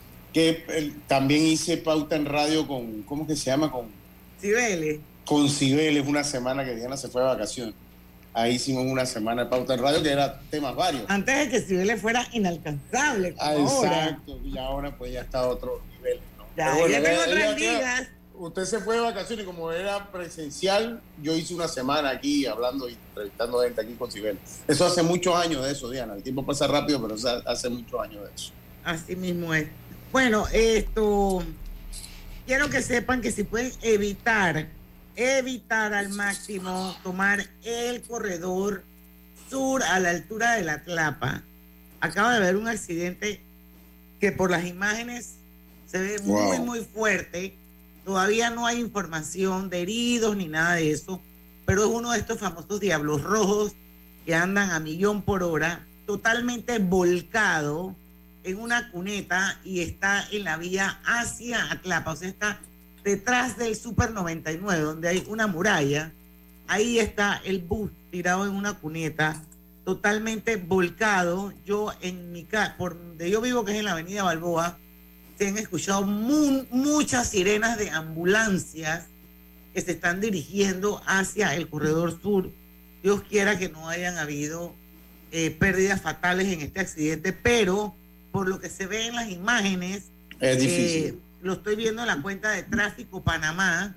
que el, también hice pauta en radio con, ¿cómo que se llama? Con Cibeles. Con Cibeles, una semana que Diana se fue de vacaciones. Ahí hicimos una semana de pauta en radio que era temas varios. Antes de que Cibeles fuera inalcanzable. Ah, exacto. Y ahora pues ya está a otro nivel, ¿no? Ya, bueno, ya tengo otras ligas. Usted se fue de vacaciones y como era presencial, yo hice una semana aquí hablando y entrevistando gente aquí con Cibeles. Eso hace muchos años de eso, Diana. El tiempo pasa rápido, pero hace muchos años de eso. Así mismo es. Bueno, esto, quiero que sepan que si pueden evitar, evitar al máximo tomar el corredor sur a la altura de la Tlapa. Acaba de haber un accidente que por las imágenes se ve wow. muy, muy fuerte. Todavía no hay información de heridos ni nada de eso, pero es uno de estos famosos diablos rojos que andan a millón por hora, totalmente volcado en una cuneta y está en la vía hacia Atlapa, o sea, está detrás del Super noventa y nueve, donde hay una muralla. Ahí está el bus tirado en una cuneta, totalmente volcado. Yo en mi casa, por donde yo vivo, que es en la avenida Balboa, se han escuchado mu muchas sirenas de ambulancias que se están dirigiendo hacia el corredor sur. Dios quiera que no hayan habido eh, pérdidas fatales en este accidente, pero por lo que se ve en las imágenes, es difícil. Eh, lo estoy viendo en la cuenta de Tráfico Panamá,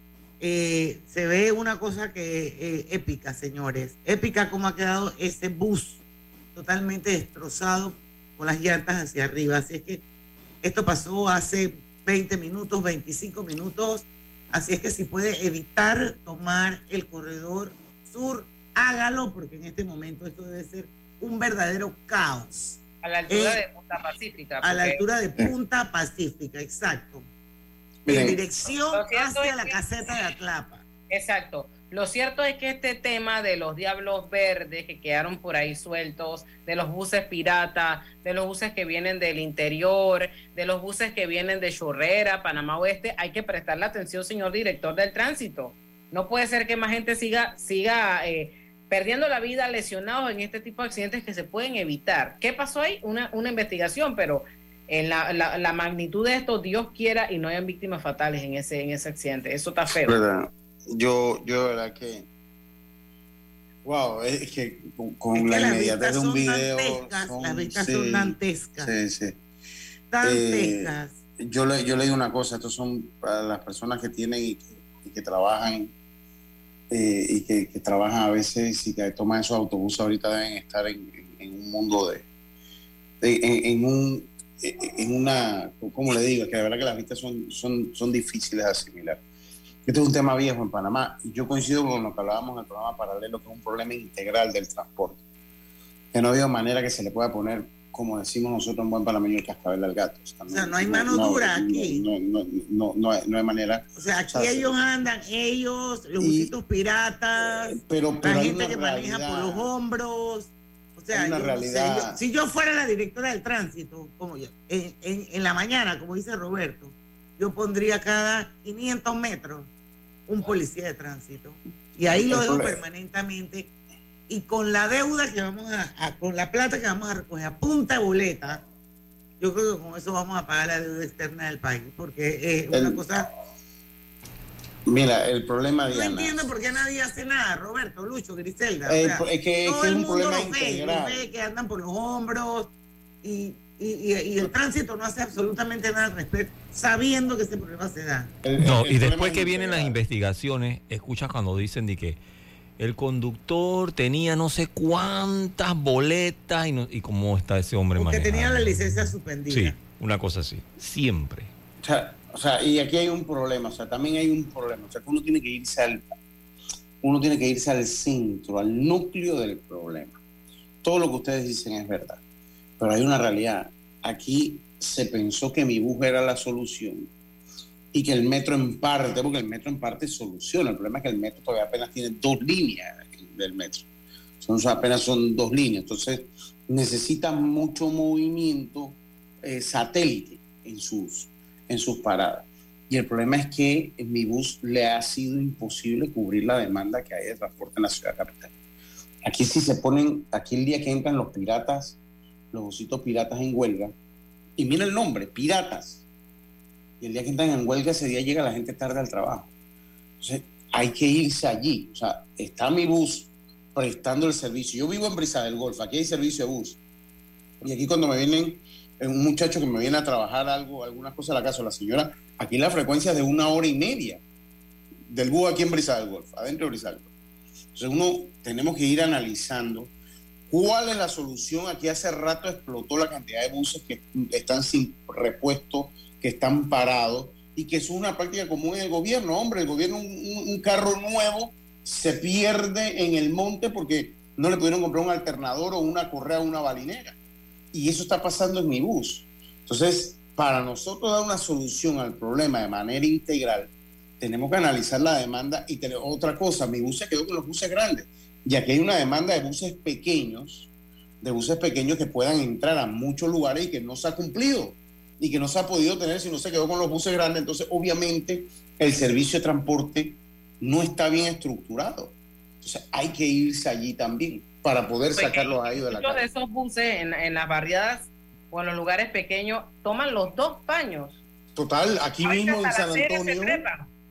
eh, se ve una cosa que eh, épica, señores. Épica como ha quedado ese bus totalmente destrozado con las llantas hacia arriba. Así es que esto pasó hace veinte minutos, veinticinco minutos. Así es que si puede evitar tomar el corredor sur, hágalo, porque en este momento esto debe ser un verdadero caos. A la altura eh, de Punta Pacífica. A la altura de Punta Pacífica, exacto. En Miren, dirección hacia es la que, caseta de Atlapa. Exacto. Lo cierto es que este tema de los diablos verdes que quedaron por ahí sueltos, de los buses pirata, de los buses que vienen del interior, de los buses que vienen de Chorrera, Panamá Oeste, hay que prestarle atención, señor director del tránsito. No puede ser que más gente siga, siga eh, perdiendo la vida, lesionados en este tipo de accidentes que se pueden evitar. ¿Qué pasó ahí? Una, una investigación, pero en la, la, la magnitud de esto, Dios quiera y no hayan víctimas fatales en ese, en ese accidente. Eso está feo. ¿Verdad? Yo, yo de verdad que, wow, es que con, con es que la inmediatez de un video. Dantescas, son, las vistas sí, son dantescas. Sí, sí. Dantescas. Eh, yo, le, yo le digo una cosa, estos son para las personas que tienen y que, y que trabajan, eh, y que, que trabajan a veces y que toman esos autobuses ahorita deben estar en, en, en un mundo de, de en, en un, en una, ¿cómo le digo? Que de verdad que las vistas son, son, son difíciles de asimilar. Este es un tema viejo en Panamá y yo coincido con lo que hablábamos en el programa paralelo, que es un problema integral del transporte, que no ha habido manera que se le pueda poner, como decimos nosotros en buen panameño, el cascabel al gato. O sea, no, o sea, no hay mano no, dura no, aquí. No, no, no, no, hay, no hay manera. O sea, aquí o sea, ellos andan, ellos, los busitos piratas, pero, pero la hay gente una que realidad, maneja por los hombros. O sea, hay una yo realidad. No sé, yo, si yo fuera la directora del tránsito, como yo, en, en, en la mañana, como dice Roberto, yo pondría cada quinientos metros un policía de tránsito. Y ahí lo dejo permanentemente. Y con la deuda que vamos a, a, con la plata que vamos a recoger a punta de boleta, yo creo que con eso vamos a pagar la deuda externa del país, porque es una el, cosa... Mira, el problema, Diana... No entiendo por qué nadie hace nada, Roberto, Lucho, Griselda. El, o sea, es que, todo es el un mundo problema lo ve, integral. lo ve, que andan por los hombros y, y, y, y el tránsito no hace absolutamente nada al respecto, sabiendo que ese problema se da. El, no, el y después que vienen las investigaciones, escuchas cuando dicen de que el conductor tenía no sé cuántas boletas y, no, y cómo está ese hombre manejando. Que tenía la licencia suspendida. Sí, una cosa así, siempre. O sea, o sea, y aquí hay un problema, o sea, también hay un problema, o sea, que uno tiene que irse al, uno tiene que irse al centro, al núcleo del problema. Todo lo que ustedes dicen es verdad, pero hay una realidad. Aquí se pensó que mi bus era la solución y que el metro en parte, porque el metro en parte soluciona. El problema es que el metro todavía apenas tiene dos líneas del metro. Son, apenas son dos líneas. Entonces necesita mucho movimiento eh, satélite en sus, en sus paradas. Y el problema es que en mi bus le ha sido imposible cubrir la demanda que hay de transporte en la ciudad capital. Aquí sí se ponen, aquí el día que entran los piratas, los busitos piratas en huelga, y mira el nombre, piratas. Y el día que entran en huelga, ese día llega la gente tarde al trabajo. Entonces, hay que irse allí. O sea, está mi bus prestando el servicio. Yo vivo en Brisa del Golfo, aquí hay servicio de bus. Y aquí cuando me vienen, un muchacho que me viene a trabajar algo, algunas cosas a la casa, o la señora, aquí la frecuencia es de una hora y media del bus aquí en Brisa del Golfo, adentro de Brisa del Golfo. Entonces, uno, tenemos que ir analizando ¿Cuál es la solución? Aquí hace rato explotó la cantidad de buses que están sin repuesto, que están parados y que es una práctica común en el gobierno. Hombre, el gobierno, un, un carro nuevo se pierde en el monte porque no le pudieron comprar un alternador o una correa o una balinera. Y eso está pasando en mi bus. Entonces, para nosotros dar una solución al problema de manera integral, tenemos que analizar la demanda y tener otra cosa. Mi bus se quedó con los buses grandes. Y aquí hay una demanda de buses pequeños, de buses pequeños que puedan entrar a muchos lugares y que no se ha cumplido y que no se ha podido tener si no se quedó con los buses grandes. Entonces, obviamente, el servicio de transporte no está bien estructurado. Entonces, hay que irse allí también para poder pues sacarlos a ellos de la calle. Muchos de esos buses en, en las barriadas o en los lugares pequeños toman los dos paños. Total, aquí Ahorita mismo en San Antonio, Antonio,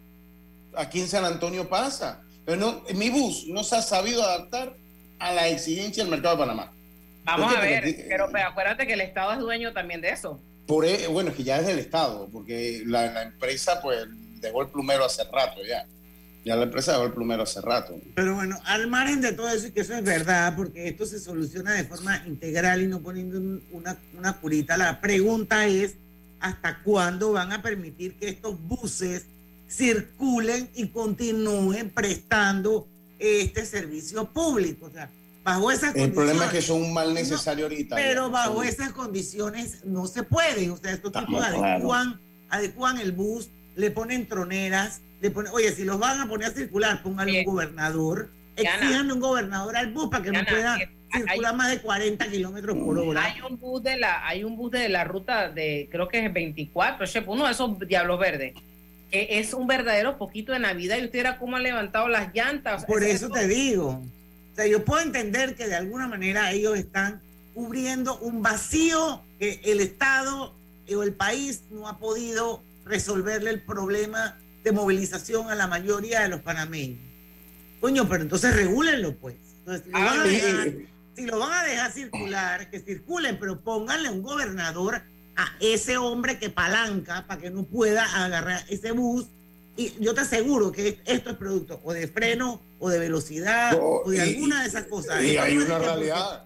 aquí en San Antonio pasa. Pero no, mi bus no se ha sabido adaptar a la exigencia del mercado de Panamá. Vamos a ver, porque, pero, pero acuérdate que el Estado es dueño también de eso. Por, bueno, es que ya es del Estado, porque la, la empresa pues dejó el plumero hace rato ya. Ya la empresa dejó el plumero hace rato. Pero bueno, al margen de todo eso, y que eso es verdad, porque esto se soluciona de forma integral y no poniendo una, una curita, la pregunta es, ¿hasta cuándo van a permitir que estos buses circulen y continúen prestando este servicio público? O sea, bajo esas el condiciones... El problema es que son un mal necesario no, ahorita. Pero ya, bajo sí. esas condiciones no se puede. O sea, estos Estamos tipos adecuan, claro. adecuan el bus, le ponen troneras, le ponen, oye, si los van a poner a circular, pónganle un gobernador, exíjanle un gobernador al bus para que Yana, no pueda hay, circular hay, más de cuarenta kilómetros por hora. Hay un bus de la, hay un bus de la ruta de, creo que es veinticuatro, chef, uno de esos diablos verdes, que es un verdadero poquito de Navidad, y usted era cómo han levantado las llantas. Por es eso eso te digo. O sea, yo puedo entender que de alguna manera ellos están cubriendo un vacío que el Estado o el país no ha podido resolverle el problema de movilización a la mayoría de los panameños. Coño, pero entonces regúlenlo, pues. Entonces, si, lo van a dejar, si lo van a dejar circular, que circulen, pero pónganle un gobernador a ese hombre que palanca para que no pueda agarrar ese bus. Y yo te aseguro que esto es producto o de freno o de velocidad no, o de y, alguna de esas cosas. Y hay una realidad.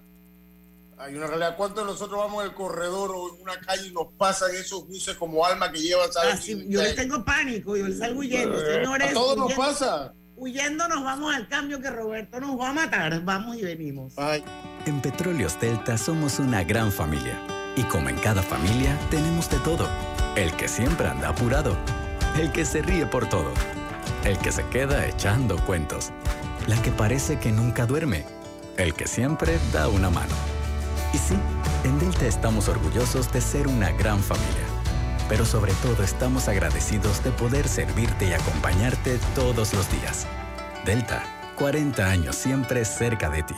Hay una realidad. ¿Cuántos de nosotros vamos en el corredor o en una calle y nos pasan esos buses como alma que llevan? Ah, sí, yo les tengo pánico, yo les salgo huyendo. Señores, a todos huyendo, nos pasa. Huyendo nos vamos al cambio que Roberto nos va a matar. Vamos y venimos. Ay. En Petróleos Delta somos una gran familia. Y como en cada familia, tenemos de todo. El que siempre anda apurado. El que se ríe por todo. El que se queda echando cuentos. La que parece que nunca duerme. El que siempre da una mano. Y sí, en Delta estamos orgullosos de ser una gran familia. Pero sobre todo estamos agradecidos de poder servirte y acompañarte todos los días. Delta, cuarenta años siempre cerca de ti.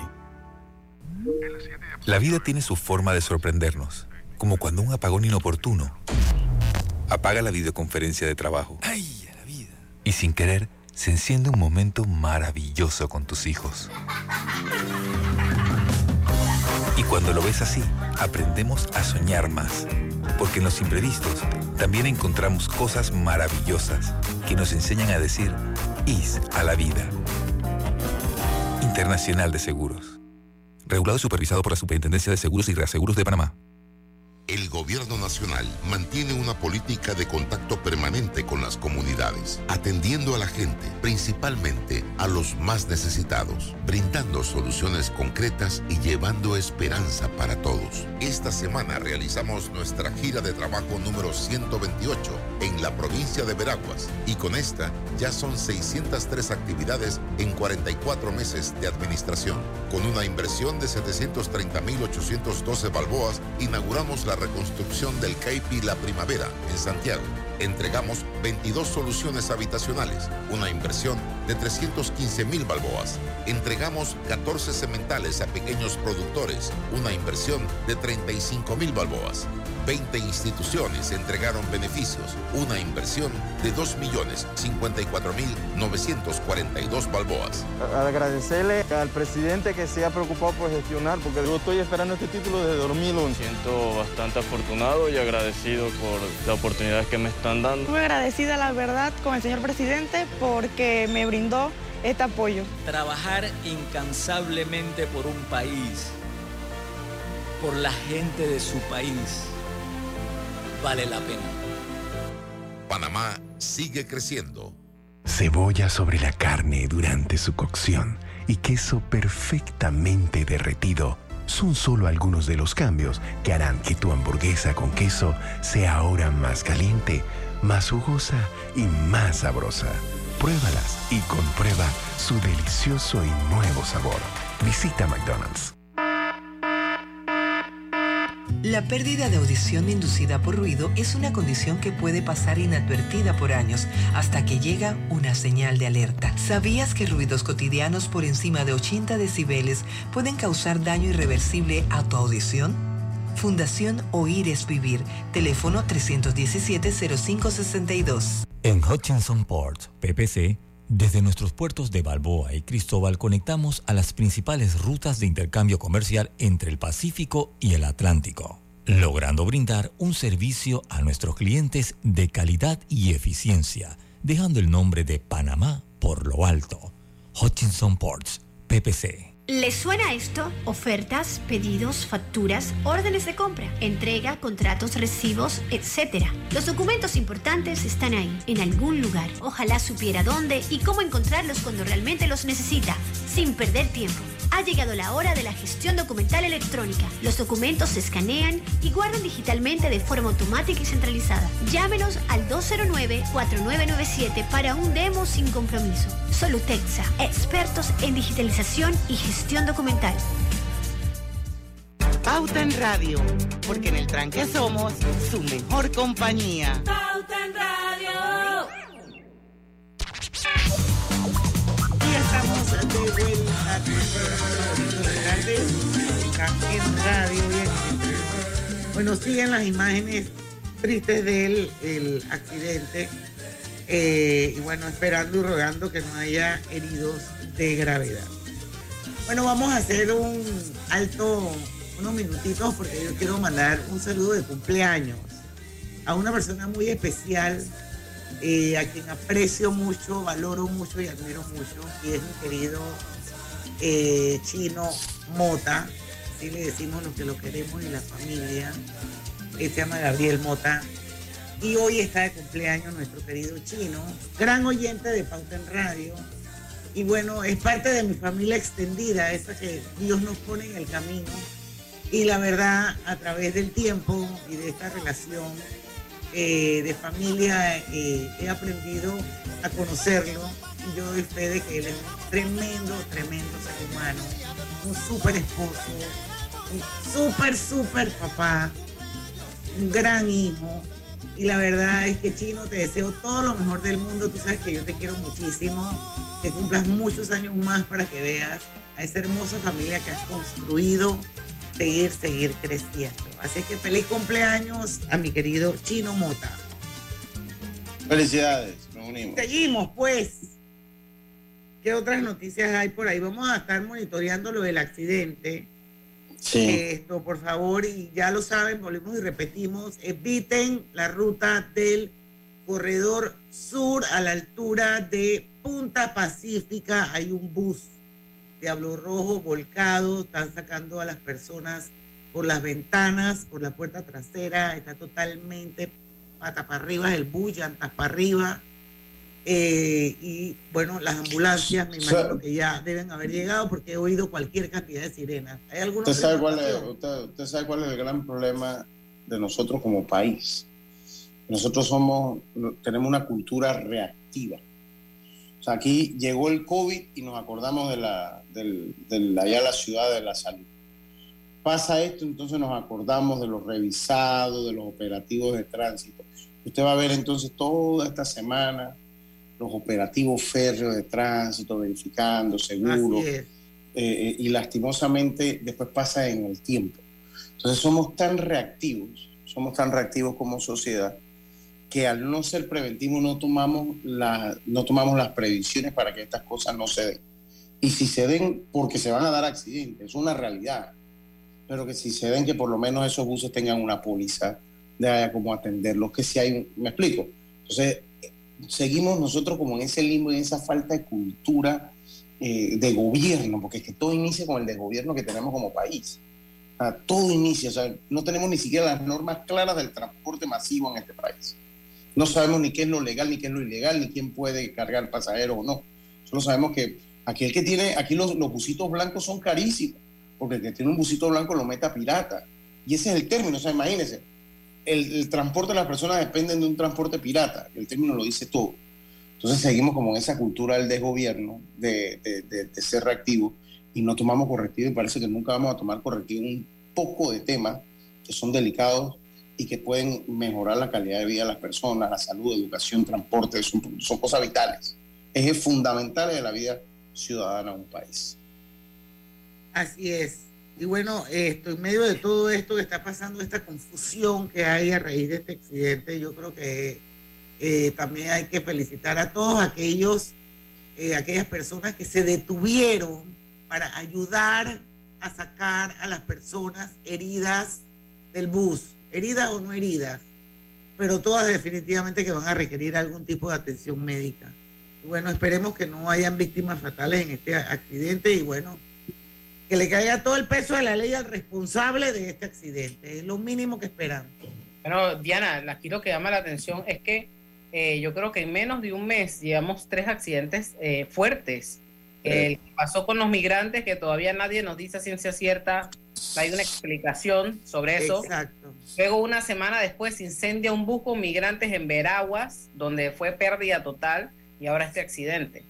La vida tiene su forma de sorprendernos, como cuando un apagón inoportuno apaga la videoconferencia de trabajo. ¡Ay, a la vida! Y sin querer, se enciende un momento maravilloso con tus hijos. Y cuando lo ves así, aprendemos a soñar más. Porque en los imprevistos también encontramos cosas maravillosas que nos enseñan a decir IS a la vida. Internacional de Seguros. Regulado y supervisado por la Superintendencia de Seguros y Reaseguros de Panamá. El Gobierno Nacional mantiene una política de contacto permanente con las comunidades, atendiendo a la gente, principalmente a los más necesitados, brindando soluciones concretas y llevando esperanza para todos. Esta semana realizamos nuestra gira de trabajo número ciento veintiocho en la provincia de Veraguas, y con esta ya son seiscientas tres actividades en cuarenta y cuatro meses de administración. Con una inversión de setecientos treinta mil ochocientos doce balboas, inauguramos la reconstrucción del C A I P I La Primavera en Santiago. Entregamos veintidós soluciones habitacionales, una inversión de trescientos quince mil balboas. Entregamos catorce cementales a pequeños productores, una inversión de treinta y cinco mil balboas. veinte instituciones entregaron beneficios, una inversión de dos millones cincuenta y cuatro mil novecientos cuarenta y dos balboas. Agradecerle al presidente que se ha preocupado por gestionar, porque yo estoy esperando este título desde dos mil once. Siento bastante afortunado y agradecido por la oportunidad que me están dando. Muy agradecida, la verdad, con el señor presidente porque me brindó este apoyo. Trabajar incansablemente por un país por la gente de su país, vale la pena. Panamá sigue creciendo. Cebolla sobre la carne durante su cocción y queso perfectamente derretido son solo algunos de los cambios que harán que tu hamburguesa con queso sea ahora más caliente, más jugosa y más sabrosa. Pruébalas y comprueba su delicioso y nuevo sabor. Visita McDonald's. La pérdida de audición inducida por ruido es una condición que puede pasar inadvertida por años hasta que llega una señal de alerta. ¿Sabías que ruidos cotidianos por encima de ochenta decibeles pueden causar daño irreversible a tu audición? Fundación Oír es Vivir. Teléfono tres uno siete, cero cinco seis dos. En Hutchinson Ports, P P C, desde nuestros puertos de Balboa y Cristóbal conectamos a las principales rutas de intercambio comercial entre el Pacífico y el Atlántico, logrando brindar un servicio a nuestros clientes de calidad y eficiencia, dejando el nombre de Panamá por lo alto. Hutchinson Ports, P P C. ¿Les suena esto? Ofertas, pedidos, facturas, órdenes de compra, entrega, contratos, recibos, etcétera. Los documentos importantes están ahí, en algún lugar. Ojalá supiera dónde y cómo encontrarlos cuando realmente los necesita, sin perder tiempo. Ha llegado la hora de la gestión documental electrónica. Los documentos se escanean y guardan digitalmente de forma automática y centralizada. Llámenos al dos cero nueve, cuatro nueve nueve siete para un demo sin compromiso. Solutexa, expertos en digitalización y gestión documental. Pauta en Radio, porque en el tranque somos su mejor compañía. Pauta en Radio. Y estamos de vuelta en Radio. Bueno, siguen las imágenes tristes del el accidente. Eh, y bueno, esperando y rogando que no haya heridos de gravedad. Bueno, vamos a hacer un alto, unos minutitos, porque yo quiero mandar un saludo de cumpleaños a una persona muy especial, eh, a quien aprecio mucho, valoro mucho y admiro mucho, y es mi querido eh, Chino Mota. Así le decimos los que lo queremos y la familia. Él se llama Gabriel Mota. Y hoy está de cumpleaños nuestro querido Chino, gran oyente de Pauta en Radio. Y bueno, es parte de mi familia extendida, esa que Dios nos pone en el camino. Y la verdad, a través del tiempo y de esta relación eh, de familia, eh, he aprendido a conocerlo. Y yo doy fe de que él es un tremendo, tremendo ser humano, un súper esposo, un súper, súper papá, un gran hijo. Y la verdad es que, Chino, te deseo todo lo mejor del mundo. Tú sabes que yo te quiero muchísimo. Que cumplas muchos años más para que veas a esa hermosa familia que has construido, seguir, seguir creciendo. Así que feliz cumpleaños a mi querido Chino Mota. Felicidades, nos unimos. Seguimos, pues. ¿Qué otras noticias hay por ahí? Vamos a estar monitoreando lo del accidente. Sí. Esto, por favor, y ya lo saben, volvemos y repetimos, eviten la ruta del corredor sur a la altura de Punta Pacífica. Hay un bus Diablo Rojo volcado, están sacando a las personas por las ventanas, por la puerta trasera, está totalmente pata para arriba el bus, llantas para arriba. Eh, y bueno, las ambulancias me imagino que ya deben haber llegado porque he oído cualquier cantidad de sirenas. ¿Hay alguna ¿Usted sabe, cuál es, usted, usted sabe cuál es el gran problema de nosotros como país? Nosotros somos, tenemos una cultura reactiva. O sea, aquí llegó el COVID y nos acordamos de la, del, de allá la ciudad de la salud. Pasa esto, entonces nos acordamos de los revisados, de los operativos de tránsito. Usted va a ver entonces toda esta semana los operativos férreos de tránsito, verificando, seguros, eh, eh, y lastimosamente después pasa en el tiempo. Entonces somos tan reactivos, somos tan reactivos como sociedad, que al no ser preventivo no tomamos, la, no tomamos las previsiones para que estas cosas no se den. Y si se den, porque se van a dar accidentes, es una realidad, pero que si se den, que por lo menos esos buses tengan una póliza de haya cómo atenderlos, que si hay, me explico. Entonces, seguimos nosotros como en ese limbo, en esa falta de cultura eh, de gobierno, porque es que todo inicia con el desgobierno que tenemos como país. A todo inicia, o sea, no tenemos ni siquiera las normas claras del transporte masivo en este país. No sabemos ni qué es lo legal, ni qué es lo ilegal, ni quién puede cargar pasajeros o no. Solo sabemos que aquel que tiene, aquí los, los busitos blancos son carísimos, porque el que tiene un busito blanco lo mete a pirata. Y ese es el término, o sea, imagínense, el, el transporte de las personas depende de un transporte pirata, el término lo dice todo. Entonces seguimos como en esa cultura del desgobierno, de, de, de, de ser reactivo, y no tomamos correctivo, y parece que nunca vamos a tomar correctivo en un poco de temas que son delicados y que pueden mejorar la calidad de vida de las personas, la salud, educación, transporte, son, son cosas vitales, ejes fundamentales de la vida ciudadana de un país. Así es. Y bueno, esto, en medio de todo esto que está pasando, esta confusión que hay a raíz de este accidente, yo creo que eh, también hay que felicitar a todos aquellos, eh, aquellas personas que se detuvieron para ayudar a sacar a las personas heridas del bus, heridas o no heridas, pero todas definitivamente que van a requerir algún tipo de atención médica. Y bueno, esperemos que no hayan víctimas fatales en este accidente y bueno, que le caiga todo el peso de la ley al responsable de este accidente. Es lo mínimo que esperamos. Bueno, Diana, aquí lo que llama la atención es que eh, yo creo que en menos de un mes llevamos tres accidentes eh, fuertes. El que pasó con los migrantes, que todavía nadie nos dice a ciencia cierta, hay una explicación sobre eso. Exacto. Luego, una semana después, se incendia un bus con migrantes en Veraguas, donde fue pérdida total, y ahora este accidente.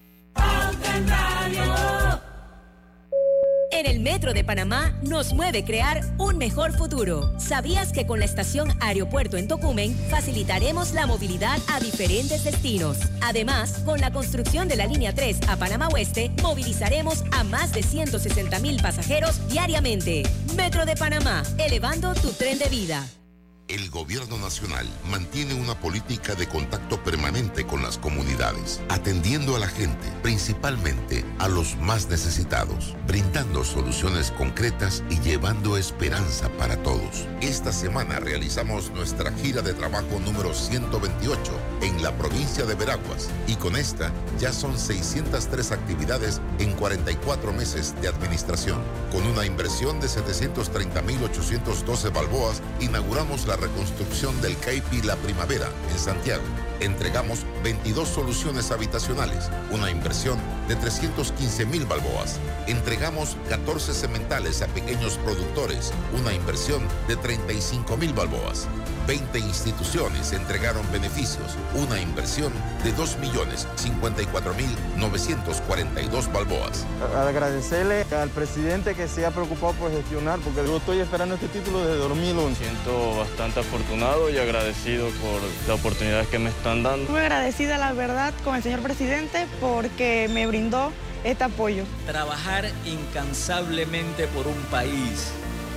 En el Metro de Panamá nos mueve crear un mejor futuro. ¿Sabías que con la estación Aeropuerto en Tocumen facilitaremos la movilidad a diferentes destinos? Además, con la construcción de la línea tres a Panamá Oeste, movilizaremos a más de ciento sesenta mil pasajeros diariamente. Metro de Panamá, elevando tu tren de vida. El Gobierno Nacional mantiene una política de contacto permanente con las comunidades, atendiendo a la gente, principalmente a los más necesitados, brindando soluciones concretas y llevando esperanza para todos. Esta semana realizamos nuestra gira de trabajo número ciento veintiocho en la provincia de Veraguas y con esta ya son seiscientas tres actividades en cuarenta y cuatro meses de administración. Con una inversión de setecientos treinta mil ochocientos doce balboas, inauguramos la reconstrucción del C A I P I La Primavera en Santiago. Entregamos veintidós soluciones habitacionales, una inversión de trescientos quince mil balboas. Entregamos catorce cementales a pequeños productores, una inversión de treinta y cinco mil balboas. veinte instituciones entregaron beneficios, una inversión de dos millones cincuenta y cuatro mil novecientos cuarenta y dos balboas. Agradecerle al presidente que se ha preocupado por gestionar, porque yo estoy esperando este título desde dos mil once. Siento bastante afortunado y agradecido por la oportunidad que me están dando. Muy agradecida, la verdad, con el señor presidente porque me brindó este apoyo. Trabajar incansablemente por un país,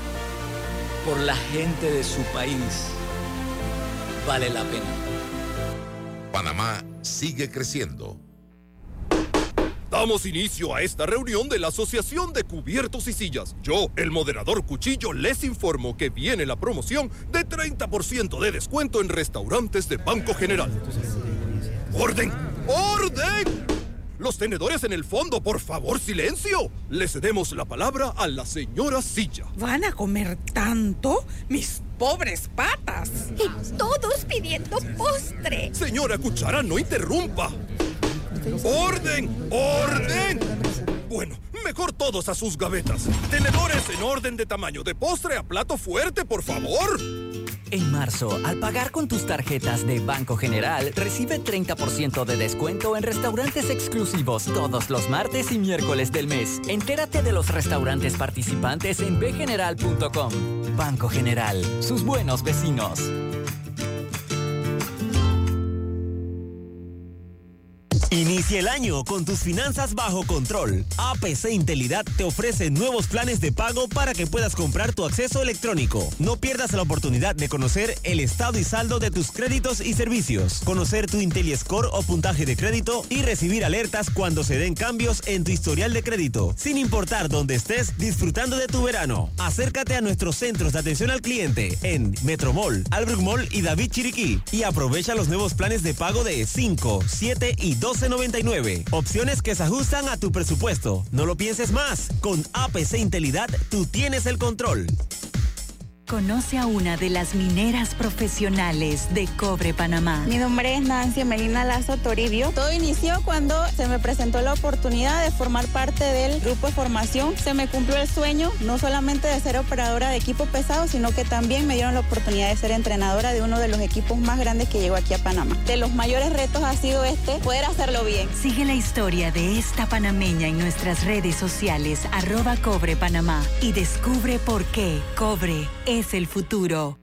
por la gente de su país, vale la pena. Panamá sigue creciendo. Damos inicio a esta reunión de la Asociación de Cubiertos y Sillas. Yo, el moderador Cuchillo, les informo que viene la promoción de treinta por ciento de descuento en restaurantes de Banco General. ¡Orden! ¡Orden! Los tenedores en el fondo, por favor, silencio. Le cedemos la palabra a la señora Silla. ¿Van a comer tanto? ¡Mis pobres patas! Y todos pidiendo postre. Señora Cuchara, no interrumpa. ¡Orden! ¡Orden! Bueno, mejor todos a sus gavetas. Tenedores en orden de tamaño, de postre a plato fuerte, por favor. En marzo, al pagar con tus tarjetas de Banco General, recibe treinta por ciento de descuento en restaurantes exclusivos todos los martes y miércoles del mes. Entérate de los restaurantes participantes en b general punto com. Banco General, sus buenos vecinos. Inicia el año con tus finanzas bajo control. A P C Intelidad te ofrece nuevos planes de pago para que puedas comprar tu acceso electrónico. No pierdas la oportunidad de conocer el estado y saldo de tus créditos y servicios, conocer tu IntelliScore o puntaje de crédito y recibir alertas cuando se den cambios en tu historial de crédito, sin importar dónde estés disfrutando de tu verano. Acércate a nuestros centros de atención al cliente en Metromall, Albrook Mall y David Chiriquí y aprovecha los nuevos planes de pago de cinco, siete y doce catorce noventa y nueve. Opciones que se ajustan a tu presupuesto. No lo pienses más. Con A P C Intelidad, tú tienes el control. Conoce a una de las mineras profesionales de Cobre Panamá. Mi nombre es Nancy Melina Lazo Toribio. Todo inició cuando se me presentó la oportunidad de formar parte del grupo de formación. Se me cumplió el sueño, no solamente de ser operadora de equipo pesado, sino que también me dieron la oportunidad de ser entrenadora de uno de los equipos más grandes que llegó aquí a Panamá. De los mayores retos ha sido este, poder hacerlo bien. Sigue la historia de esta panameña en nuestras redes sociales, arroba Cobre Panamá, y descubre por qué Cobre es el futuro.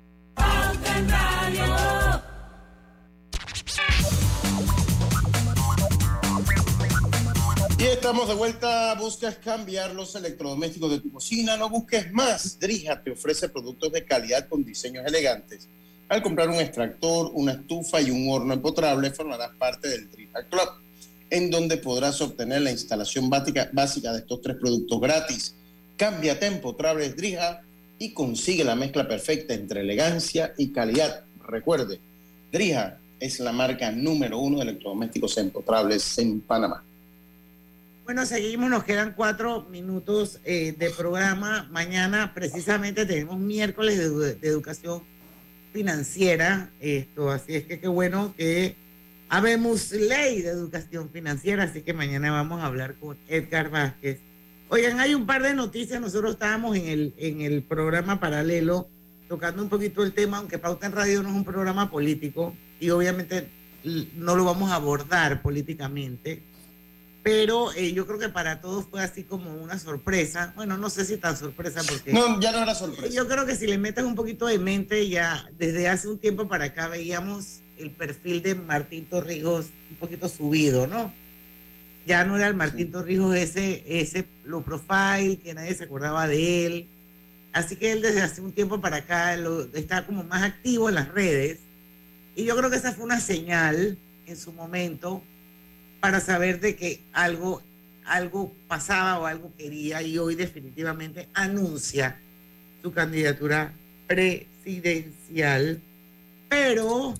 Y estamos de vuelta. ¿Buscas cambiar los electrodomésticos de tu cocina? No busques más. Drija te ofrece productos de calidad con diseños elegantes. Al comprar un extractor, una estufa y un horno empotrable, formarás parte del Drija Club, en donde podrás obtener la instalación básica, básica de estos tres productos gratis. Cámbiate a empotrables Drija y consigue la mezcla perfecta entre elegancia y calidad. Recuerde, Drija es la marca número uno de electrodomésticos empotrables en Panamá. Bueno, seguimos, nos quedan cuatro minutos eh, de programa. Mañana precisamente tenemos miércoles de, de educación financiera, esto, así es que qué bueno que habemos ley de educación financiera, así que mañana vamos a hablar con Edgar Vázquez. Oigan, hay un par de noticias. Nosotros estábamos en el, en el programa paralelo tocando un poquito el tema, aunque Pauta en Radio no es un programa político y obviamente no lo vamos a abordar políticamente, pero eh, yo creo que para todos fue así como una sorpresa. Bueno, no sé si tan sorpresa porque... No, ya no era sorpresa. Yo creo que si le metes un poquito de mente, ya desde hace un tiempo para acá veíamos el perfil de Martín Torrijos un poquito subido, ¿no? Ya no era el Martín Torrijos ese, ese low profile, que nadie se acordaba de él. Así que él desde hace un tiempo para acá lo, está como más activo en las redes. Y yo creo que esa fue una señal en su momento para saber de que algo, algo pasaba o algo quería, y hoy definitivamente anuncia su candidatura presidencial, pero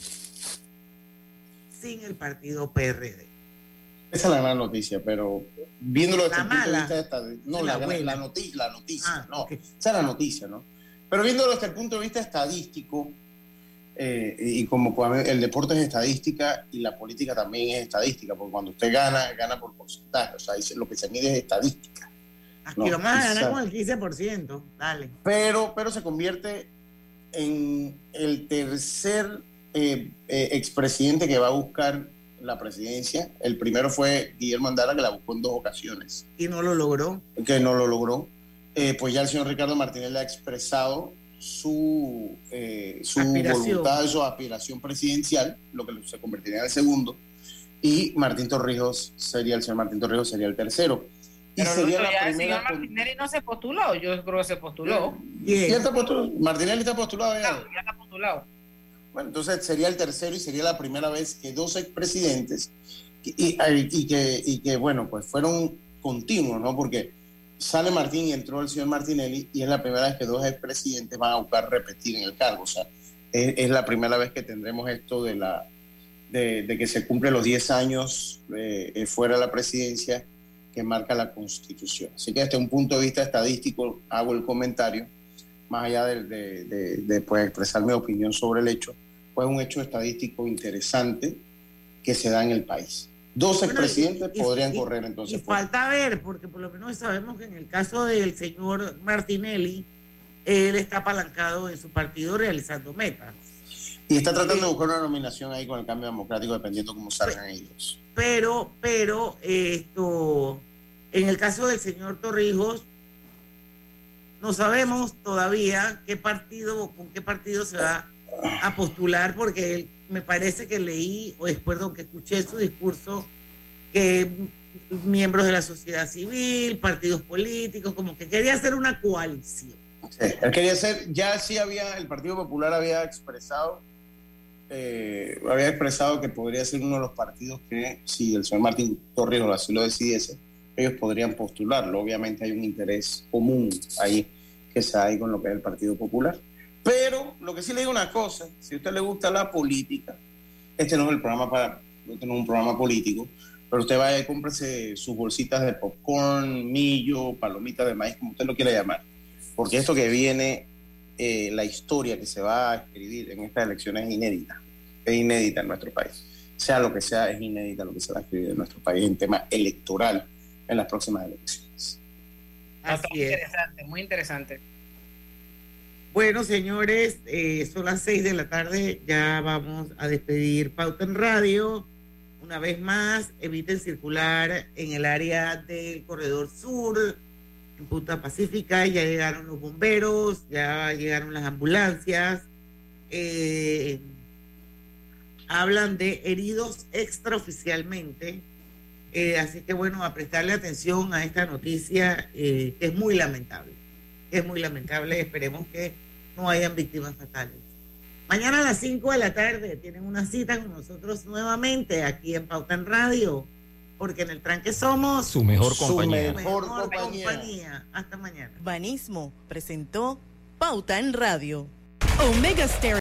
sin el partido P R D. Esa es la gran noticia, pero viéndolo desde la el punto mala, de vista de esta, no, la, la, la, noti la noticia, ah, no, okay. Esa es la noticia, ¿no? Pero viéndolo desde el punto de vista estadístico, eh, y como el deporte es estadística y la política también es estadística, porque cuando usted gana, gana por porcentaje, o sea, lo que se mide es estadística. Aquí ¿no? vamos a ganar con el quince por ciento, dale. Pero, pero se convierte en el tercer eh, eh, expresidente que va a buscar la presidencia. El primero fue Guillermo Andara, que la buscó en dos ocasiones. Y no lo logró. Que no lo logró. Eh, pues ya el señor Ricardo Martinelli ha expresado su, eh, su voluntad, su aspiración presidencial, lo que se convertiría en el segundo. Y Martín Torrijos sería, el señor Martín Torrijos sería el tercero. Y Pero sería no, la ya primera. El señor Martinelli no se postuló, yo creo que se postuló. Yeah. ¿Ya está postulado? Martinelli está postulado ya. No, ya está postulado. Bueno, entonces sería el tercero y sería la primera vez que dos expresidentes y, y, y, que, y que, bueno, pues fueron continuos, ¿no? Porque sale Martín y entró el señor Martinelli y es la primera vez que dos expresidentes van a buscar repetir en el cargo. O sea, es, es la primera vez que tendremos esto de, la, de, de que se cumplen los diez años eh, fuera de la presidencia que marca la Constitución. Así que desde un punto de vista estadístico hago el comentario, más allá de, de, de, de pues, expresar mi opinión sobre el hecho, pues un hecho estadístico interesante que se da en el país. Dos bueno, expresidentes y, podrían y, correr entonces. Y falta ver, porque por lo menos sabemos que en el caso del señor Martinelli, él está apalancado en su partido realizando metas. Y está tratando de buscar una nominación ahí con el Cambio Democrático, dependiendo cómo salgan pero, ellos. Pero, pero, esto, en el caso del señor Torrijos, no sabemos todavía qué partido o con qué partido se va a postular, porque él, me parece que leí, o perdón, que escuché su discurso, que miembros de la sociedad civil, partidos políticos, como que quería hacer una coalición. Sí, él quería hacer, ya sí había, el Partido Popular había expresado, eh, había expresado que podría ser uno de los partidos que, si el señor Martín Torrijos así lo decidiese, ellos podrían postularlo. Obviamente hay un interés común ahí que se da ahí con lo que es el Partido Popular. Pero lo que sí le digo una cosa, si a usted le gusta la política, este no es el programa para, este no es un programa político, Pero usted vaya y cómprese sus bolsitas de popcorn, millo, palomitas de maíz, como usted lo quiera llamar. Porque esto que viene, eh, la historia que se va a escribir en estas elecciones es inédita. Es inédita en nuestro país. Sea lo que sea, es inédita lo que se va a escribir en nuestro país en tema electoral en las próximas elecciones. Así muy es. Interesante, muy interesante. Bueno, señores, eh, son las seis de la tarde, ya vamos a despedir Pauta en Radio. Una vez más, eviten circular en el área del Corredor Sur, en Punta Pacífica. Ya llegaron los bomberos, ya llegaron las ambulancias. Eh, hablan de heridos extraoficialmente. Eh, así que, bueno, a prestarle atención a esta noticia, eh, que es muy lamentable. Es muy lamentable. Esperemos que no hayan víctimas fatales. Mañana a las cinco de la tarde tienen una cita con nosotros nuevamente aquí en Pauta en Radio, porque en el tranque somos su mejor compañía. Su mejor, mejor compañía. compañía. Hasta mañana. Banismo presentó Pauta en Radio. Omega Stereo.